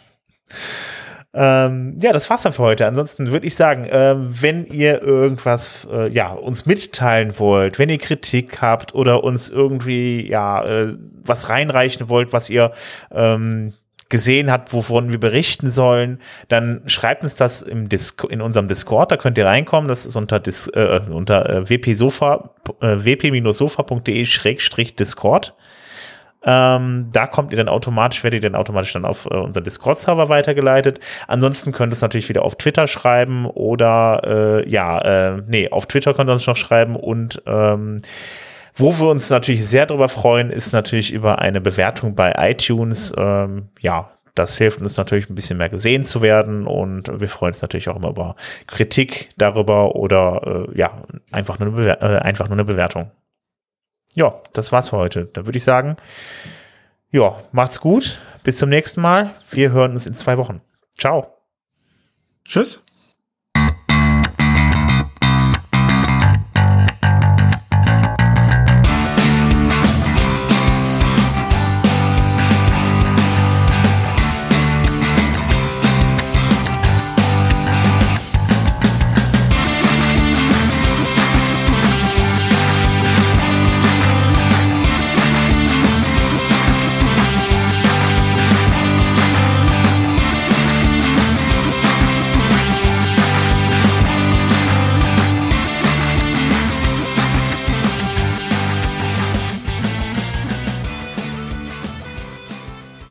ähm, ja, das war's dann für heute. Ansonsten würde ich sagen, äh, wenn ihr irgendwas äh, ja, uns mitteilen wollt, wenn ihr Kritik habt oder uns irgendwie ja äh, was reinreichen wollt, was ihr ähm, gesehen habt, wovon wir berichten sollen, dann schreibt uns das im Disco, in unserem Discord, da könnt ihr reinkommen, das ist unter, Dis, äh, unter äh, wpsofa, äh, wp-sofa punkt de schrägstrich Discord. Ähm, da kommt ihr dann automatisch, werdet ihr dann automatisch dann auf äh, unseren Discord-Server weitergeleitet. Ansonsten könnt ihr es natürlich wieder auf Twitter schreiben oder äh, ja, äh, nee, auf Twitter könnt ihr uns noch schreiben und ähm, wo wir uns natürlich sehr darüber freuen, ist natürlich über eine Bewertung bei iTunes. Ähm, ja, das hilft uns natürlich ein bisschen mehr gesehen zu werden und wir freuen uns natürlich auch immer über Kritik darüber oder äh, ja, einfach nur, eine Bewer- äh, einfach nur eine Bewertung. Ja, das war's für heute. Dann würde ich sagen, ja, macht's gut. Bis zum nächsten Mal. Wir hören uns in zwei Wochen. Ciao. Tschüss.